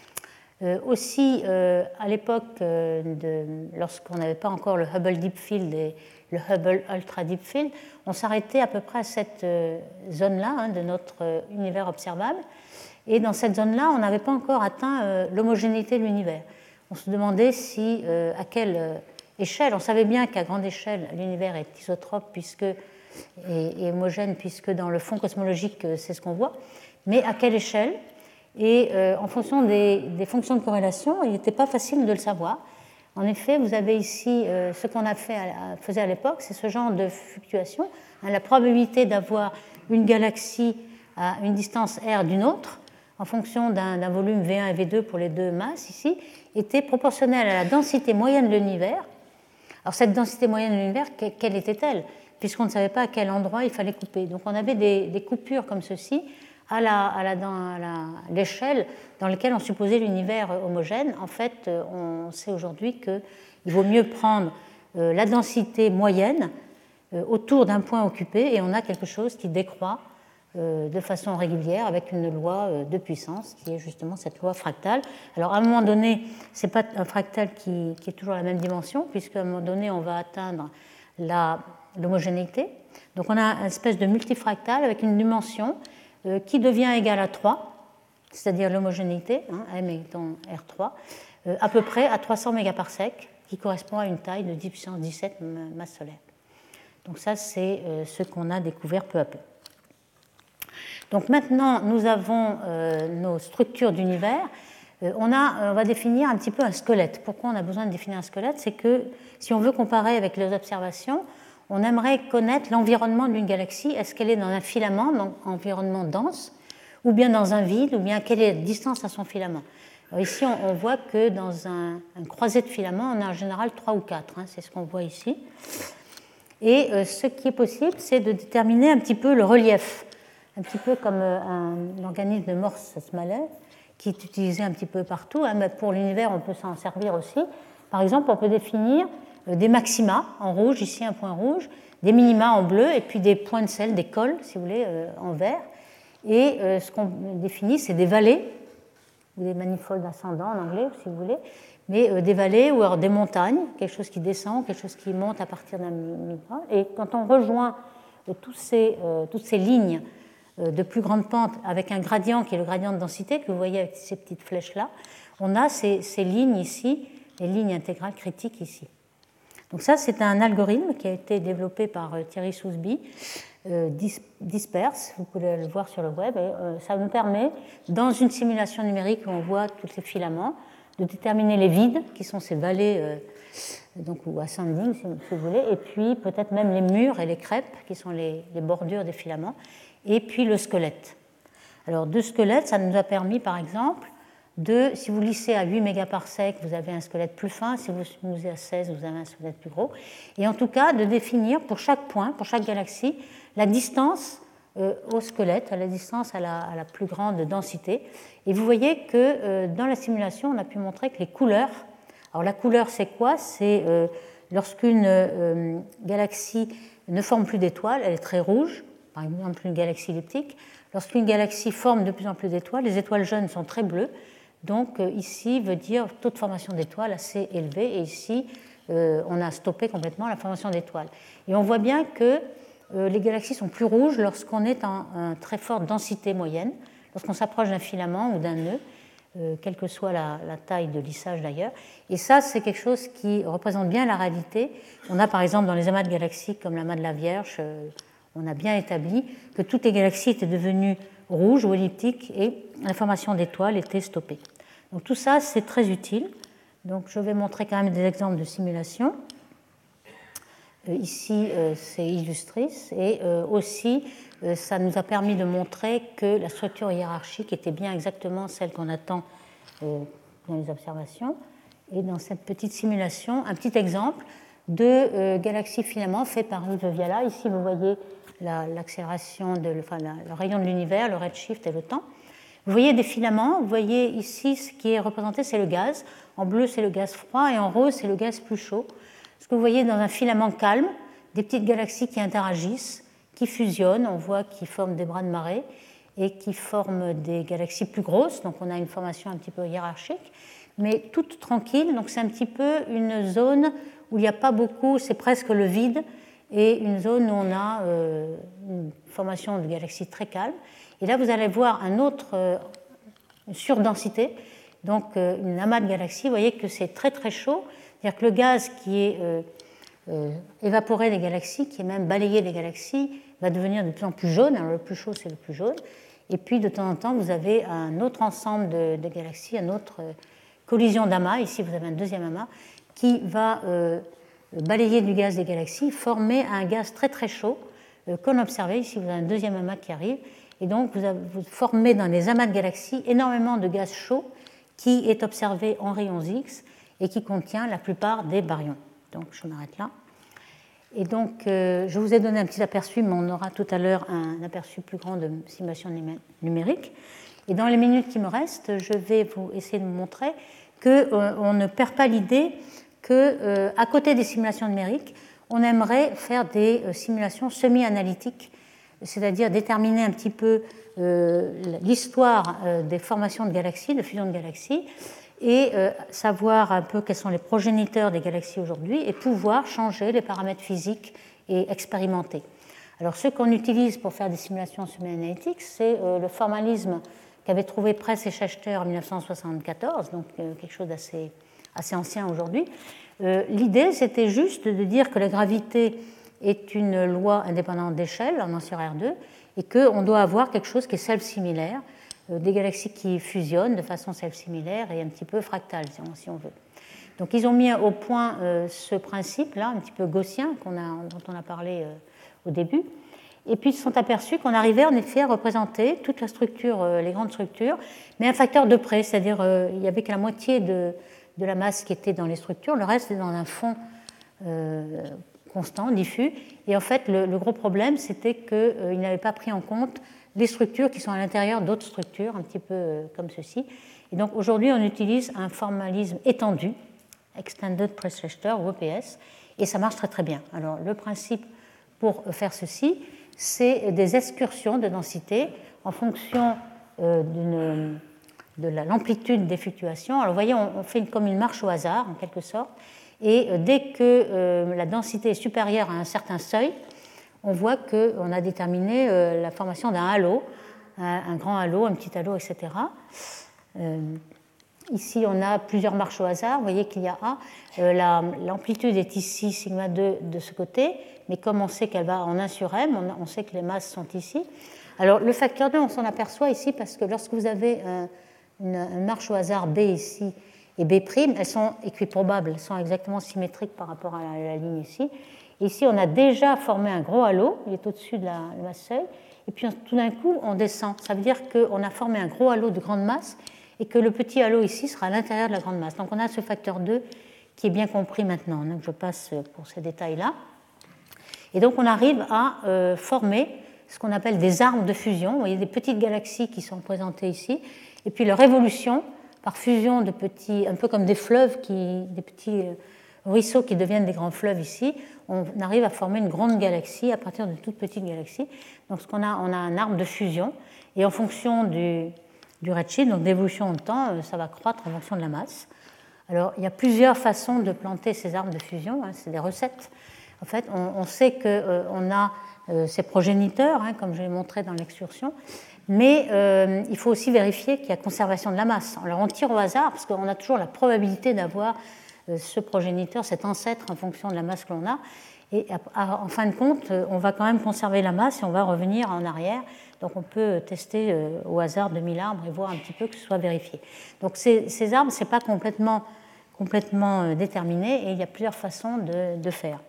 Speaker 2: Aussi, à l'époque, lorsqu'on n'avait pas encore le Hubble Deep Field et le Hubble Ultra Deep Field, on s'arrêtait à peu près à cette zone-là de notre univers observable. Et dans cette zone-là, on n'avait pas encore atteint l'homogénéité de l'univers. On se demandait à quelle échelle, on savait bien qu'à grande échelle, l'univers est isotrope et homogène, puisque dans le fond cosmologique, c'est ce qu'on voit, mais à quelle échelle? Et en fonction des fonctions de corrélation, il n'était pas facile de le savoir. En effet, vous avez ici ce qu'on faisait à l'époque, c'est ce genre de fluctuation, la probabilité d'avoir une galaxie à une distance r d'une autre, en fonction d'un volume V1 et V2 pour les deux masses ici, était proportionnelle à la densité moyenne de l'univers. Alors cette densité moyenne de l'univers, quelle était-elle? Puisqu'on ne savait pas à quel endroit il fallait couper. Donc on avait des coupures comme ceci, à l'échelle dans laquelle on supposait l'univers homogène. En fait, on sait aujourd'hui qu'il vaut mieux prendre la densité moyenne autour d'un point occupé et on a quelque chose qui décroît de façon régulière avec une loi de puissance qui est justement cette loi fractale. Alors à un moment donné, ce n'est pas un fractal qui est toujours la même dimension, puisqu'à un moment donné, on va atteindre l'homogénéité. Donc on a une espèce de multifractal avec une dimension qui devient égale à 3, c'est-à-dire l'homogénéité, M étant R3, à peu près à 300 mégaparsecs, qui correspond à une taille de 10 puissance 17 masse solaire. Donc ça, c'est ce qu'on a découvert peu à peu. Donc maintenant, nous avons nos structures d'univers. On va définir un petit peu un squelette. Pourquoi on a besoin de définir un squelette? C'est que si on veut comparer avec les observations, on aimerait connaître l'environnement d'une galaxie. Est-ce qu'elle est dans un filament, donc environnement dense, ou bien dans un vide, ou bien quelle est la distance à son filament? Alors ici, on voit que dans un croisé de filaments, on a en général 3 ou 4. C'est ce qu'on voit ici. Et ce qui est possible, c'est de déterminer un petit peu le relief. Un petit peu comme un organisme de Morse-Smaler qui est utilisé un petit peu partout, mais pour l'univers, on peut s'en servir aussi. Par exemple, on peut définir des maxima en rouge, ici un point rouge, des minima en bleu, et puis des points de sel, des cols, si vous voulez, en vert. Et ce qu'on définit, c'est des vallées, ou des manifolds ascendants en anglais, si vous voulez, mais des vallées ou alors des montagnes, quelque chose qui descend, quelque chose qui monte à partir d'un minima. Et quand on rejoint toutes ces lignes de plus grande pente avec un gradient qui est le gradient de densité que vous voyez avec ces petites flèches-là, on a ces lignes ici, les lignes intégrales critiques ici. Donc ça, c'est un algorithme qui a été développé par Thierry Sousby, disperse, vous pouvez le voir sur le web, et ça nous permet, dans une simulation numérique où on voit tous ces filaments, de déterminer les vides, qui sont ces vallées, donc, ou ascending, si vous voulez, et puis peut-être même les murs et les crêpes, qui sont les bordures des filaments, et puis le squelette. Alors, deux squelettes, ça nous a permis, par exemple, si vous lissez à 8 mégaparsecs, vous avez un squelette plus fin, si vous smoothez à 16, vous avez un squelette plus gros, et en tout cas, de définir pour chaque point, pour chaque galaxie, la distance au squelette, à la distance à la plus grande densité. Et vous voyez que dans la simulation, on a pu montrer que les couleurs, alors la couleur, c'est quoi? C'est lorsqu'une galaxie ne forme plus d'étoiles, elle est très rouge, par exemple une galaxie elliptique. Lorsqu'une galaxie forme de plus en plus d'étoiles, les étoiles jeunes sont très bleues. Donc ici veut dire taux de formation d'étoiles assez élevé. Et ici, on a stoppé complètement la formation d'étoiles. Et on voit bien que les galaxies sont plus rouges lorsqu'on est en très forte densité moyenne, lorsqu'on s'approche d'un filament ou d'un nœud, quelle que soit la taille de lissage d'ailleurs. Et ça, c'est quelque chose qui représente bien la réalité. On a par exemple dans les amas de galaxies comme l'amas de la Vierge, on a bien établi que toutes les galaxies étaient devenues rouges ou elliptiques et la formation d'étoiles était stoppée. Donc tout ça, c'est très utile. Donc je vais montrer quand même des exemples de simulation. Ici, c'est Illustris. Et aussi, ça nous a permis de montrer que la structure hiérarchique était bien exactement celle qu'on attend dans les observations. Et dans cette petite simulation, un petit exemple de galaxies filaments fait par Luce Viala. Ici, vous voyez l'accélération, le rayon de l'univers, le redshift et le temps. Vous voyez des filaments. Vous voyez ici, ce qui est représenté, c'est le gaz. En bleu, c'est le gaz froid. Et en rose, c'est le gaz plus chaud. Ce que vous voyez dans un filament calme, des petites galaxies qui interagissent, qui fusionnent, on voit qu'ils forment des bras de marée et qui forment des galaxies plus grosses, donc on a une formation un petit peu hiérarchique, mais toute tranquille, donc c'est un petit peu une zone où il n'y a pas beaucoup, c'est presque le vide, et une zone où on a une formation de galaxies très calme. Et là, vous allez voir une surdensité, donc une amas de galaxies, vous voyez que c'est très très chaud, c'est-à-dire que le gaz qui est évaporé des galaxies, qui est même balayé des galaxies, va devenir de plus en plus jaune. Alors le plus chaud, c'est le plus jaune. Et puis de temps en temps, vous avez un autre ensemble de galaxies, une autre collision d'amas. Ici, vous avez un deuxième amas qui va balayer du gaz des galaxies, former un gaz très très chaud qu'on observait. Ici, vous avez un deuxième amas qui arrive. Et donc, vous formez dans les amas de galaxies énormément de gaz chaud qui est observé en rayons X et qui contient la plupart des baryons. Donc, je m'arrête là. Et donc, je vous ai donné un petit aperçu, mais on aura tout à l'heure un aperçu plus grand de simulation numérique. Et dans les minutes qui me restent, je vais vous essayer de vous montrer qu'on ne perd pas l'idée qu'à côté des simulations numériques, on aimerait faire des simulations semi-analytiques c'est-à-dire déterminer un petit peu l'histoire des formations de galaxies, de fusion de galaxies, et savoir un peu quels sont les progéniteurs des galaxies aujourd'hui et pouvoir changer les paramètres physiques et expérimenter. Alors, ce qu'on utilise pour faire des simulations semi-analytiques, c'est le formalisme qu'avait trouvé Press et Schechter en 1974, donc quelque chose d'assez ancien aujourd'hui. L'idée, c'était juste de dire que la gravité est une loi indépendante d'échelle, en 1 sur R2, et qu'on doit avoir quelque chose qui est self-similaire, des galaxies qui fusionnent de façon self-similaire et un petit peu fractale, si on veut. Donc ils ont mis au point ce principe-là, un petit peu gaussien, dont on a parlé au début, et puis ils se sont aperçus qu'on arrivait en effet à représenter toute la structure, les grandes structures, mais un facteur de près, c'est-à-dire il n'y avait que la moitié de la masse qui était dans les structures, le reste est dans un fond constant, diffus, et en fait le gros problème c'était qu'ils n'avaient pas pris en compte les structures qui sont à l'intérieur d'autres structures, un petit peu comme ceci. Et donc aujourd'hui, on utilise un formalisme étendu, Extended Press-Schechter ou EPS, et ça marche très très bien. Alors le principe pour faire ceci, c'est des excursions de densité en fonction de l'amplitude des fluctuations. Alors vous voyez, on fait comme une marche au hasard, en quelque sorte, et dès que la densité est supérieure à un certain seuil, on voit qu'on a déterminé la formation d'un halo, un grand halo, un petit halo, etc. Ici, on a plusieurs marches au hasard. Vous voyez qu'il y a A. L'amplitude est ici, sigma 2, de ce côté, mais comme on sait qu'elle va en 1 sur M, on sait que les masses sont ici. Alors, le facteur 2, on s'en aperçoit ici parce que lorsque vous avez une marche au hasard B ici et B', elles sont équiprobables, elles sont exactement symétriques par rapport à la ligne ici. Ici, on a déjà formé un gros halo, il est au-dessus de la masse seuil, et puis tout d'un coup, on descend. Ça veut dire qu'on a formé un gros halo de grande masse et que le petit halo ici sera à l'intérieur de la grande masse. Donc on a ce facteur 2 qui est bien compris maintenant. Donc je passe pour ces détails-là. Et donc on arrive à former ce qu'on appelle des armes de fusion. Vous voyez des petites galaxies qui sont représentées ici, et puis leur évolution par fusion de petits, un peu comme des fleuves, des petits ruisseaux qui deviennent des grands fleuves ici. On arrive à former une grande galaxie à partir de toutes petites galaxies. Donc on a un arbre de fusion, et en fonction du redshift, donc d'évolution de temps, ça va croître en fonction de la masse. Alors il y a plusieurs façons de planter ces arbres de fusion, c'est des recettes. En fait, on sait qu'on a ces progéniteurs, comme je l'ai montré dans l'excursion, mais il faut aussi vérifier qu'il y a conservation de la masse. Alors on tire au hasard parce qu'on a toujours la probabilité d'avoir ce progéniteur, cet ancêtre en fonction de la masse que l'on a. Et en fin de compte, on va quand même conserver la masse et on va revenir en arrière. Donc on peut tester au hasard 2000 arbres et voir un petit peu que ce soit vérifié. Donc ces arbres, ce n'est pas complètement déterminé et il y a plusieurs façons de faire.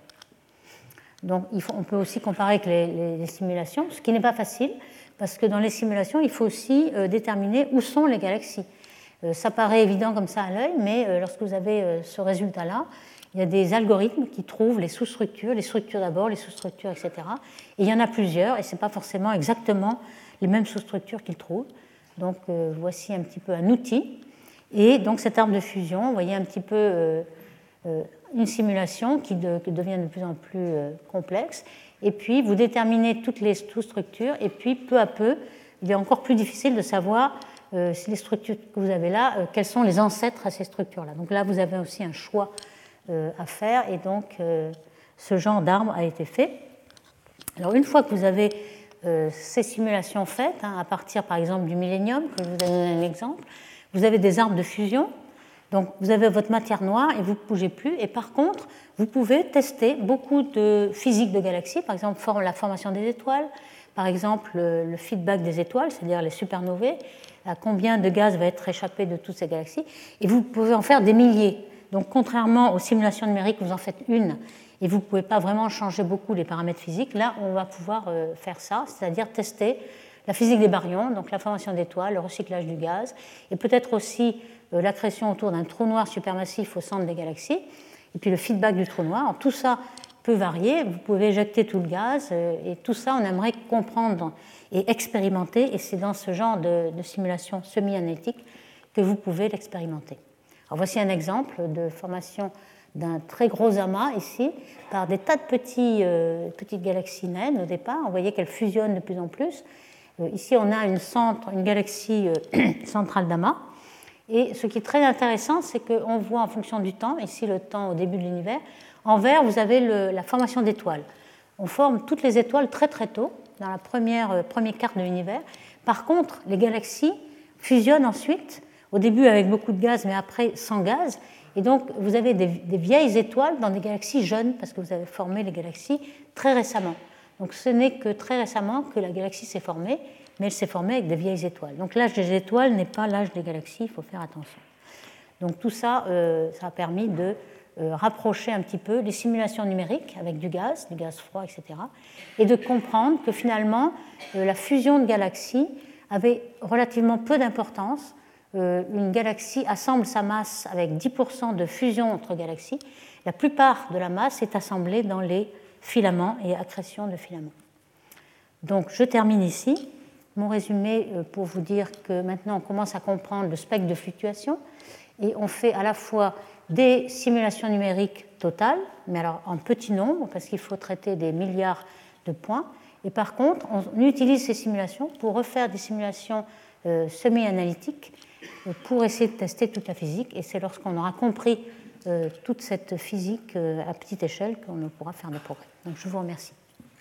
Speaker 2: Donc on peut aussi comparer avec les simulations, ce qui n'est pas facile, parce que dans les simulations, il faut aussi déterminer où sont les galaxies. Ça paraît évident comme ça à l'œil, mais lorsque vous avez ce résultat-là, il y a des algorithmes qui trouvent les sous-structures, les structures d'abord, les sous-structures, etc. Et il y en a plusieurs, et ce n'est pas forcément exactement les mêmes sous-structures qu'ils trouvent. Donc voici un petit peu un outil. Et donc cet arbre de fusion, vous voyez un petit peu une simulation qui devient de plus en plus complexe. Et puis vous déterminez toutes les sous-structures, et puis peu à peu, il est encore plus difficile de savoir si les structures que vous avez là, quels sont les ancêtres à ces structures-là. Donc là, vous avez aussi un choix à faire, et donc ce genre d'arbre a été fait. Alors une fois que vous avez ces simulations faites, à partir par exemple du millénium, que je vous ai donné un exemple, vous avez des arbres de fusion. Donc vous avez votre matière noire et vous ne bougez plus, et par contre, vous pouvez tester beaucoup de physique de galaxies, par exemple la formation des étoiles, par exemple le feedback des étoiles, c'est-à-dire les supernovae, à combien de gaz va être échappé de toutes ces galaxies, et vous pouvez en faire des milliers. Donc contrairement aux simulations numériques, vous en faites une, et vous ne pouvez pas vraiment changer beaucoup les paramètres physiques, là on va pouvoir faire ça, c'est-à-dire tester la physique des baryons, donc la formation d'étoiles, le recyclage du gaz, et peut-être aussi l'accrétion autour d'un trou noir supermassif au centre des galaxies, et puis le feedback du trou noir. Alors, tout ça peut varier, vous pouvez éjecter tout le gaz, et tout ça on aimerait comprendre et expérimenter, et c'est dans ce genre de simulation semi-analytique que vous pouvez l'expérimenter. Alors voici un exemple de formation d'un très gros amas ici, par des tas de petites galaxies naines au départ. Vous voyez qu'elles fusionnent de plus en plus. Ici, on a une galaxie centrale d'amas. Et ce qui est très intéressant, c'est qu'on voit en fonction du temps, ici le temps au début de l'univers, en vert, vous avez la formation d'étoiles. On forme toutes les étoiles très très tôt, dans la première quart de l'univers. Par contre, les galaxies fusionnent ensuite, au début avec beaucoup de gaz, mais après sans gaz. Et donc, vous avez des vieilles étoiles dans des galaxies jeunes, parce que vous avez formé les galaxies très récemment. Donc, ce n'est que très récemment que la galaxie s'est formée, mais elle s'est formée avec des vieilles étoiles. Donc, l'âge des étoiles n'est pas l'âge des galaxies, il faut faire attention. Donc, tout ça, ça a permis de rapprocher un petit peu les simulations numériques avec du gaz froid, etc., et de comprendre que finalement, la fusion de galaxies avait relativement peu d'importance. Une galaxie assemble sa masse avec 10% de fusion entre galaxies. La plupart de la masse est assemblée dans les filaments et accrétion de filaments. Donc, je termine ici mon résumé pour vous dire que maintenant, on commence à comprendre le spectre de fluctuation et on fait à la fois des simulations numériques totales, mais alors en petit nombre, parce qu'il faut traiter des milliards de points. Et par contre, on utilise ces simulations pour refaire des simulations semi-analytiques pour essayer de tester toute la physique. Et c'est lorsqu'on aura compris toute cette physique à petite échelle qu'on pourra faire des progrès. Donc je vous remercie.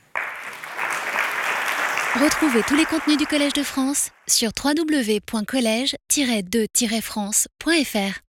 Speaker 1: Retrouvez tous les contenus du Collège de France sur www.collège-2-france.fr.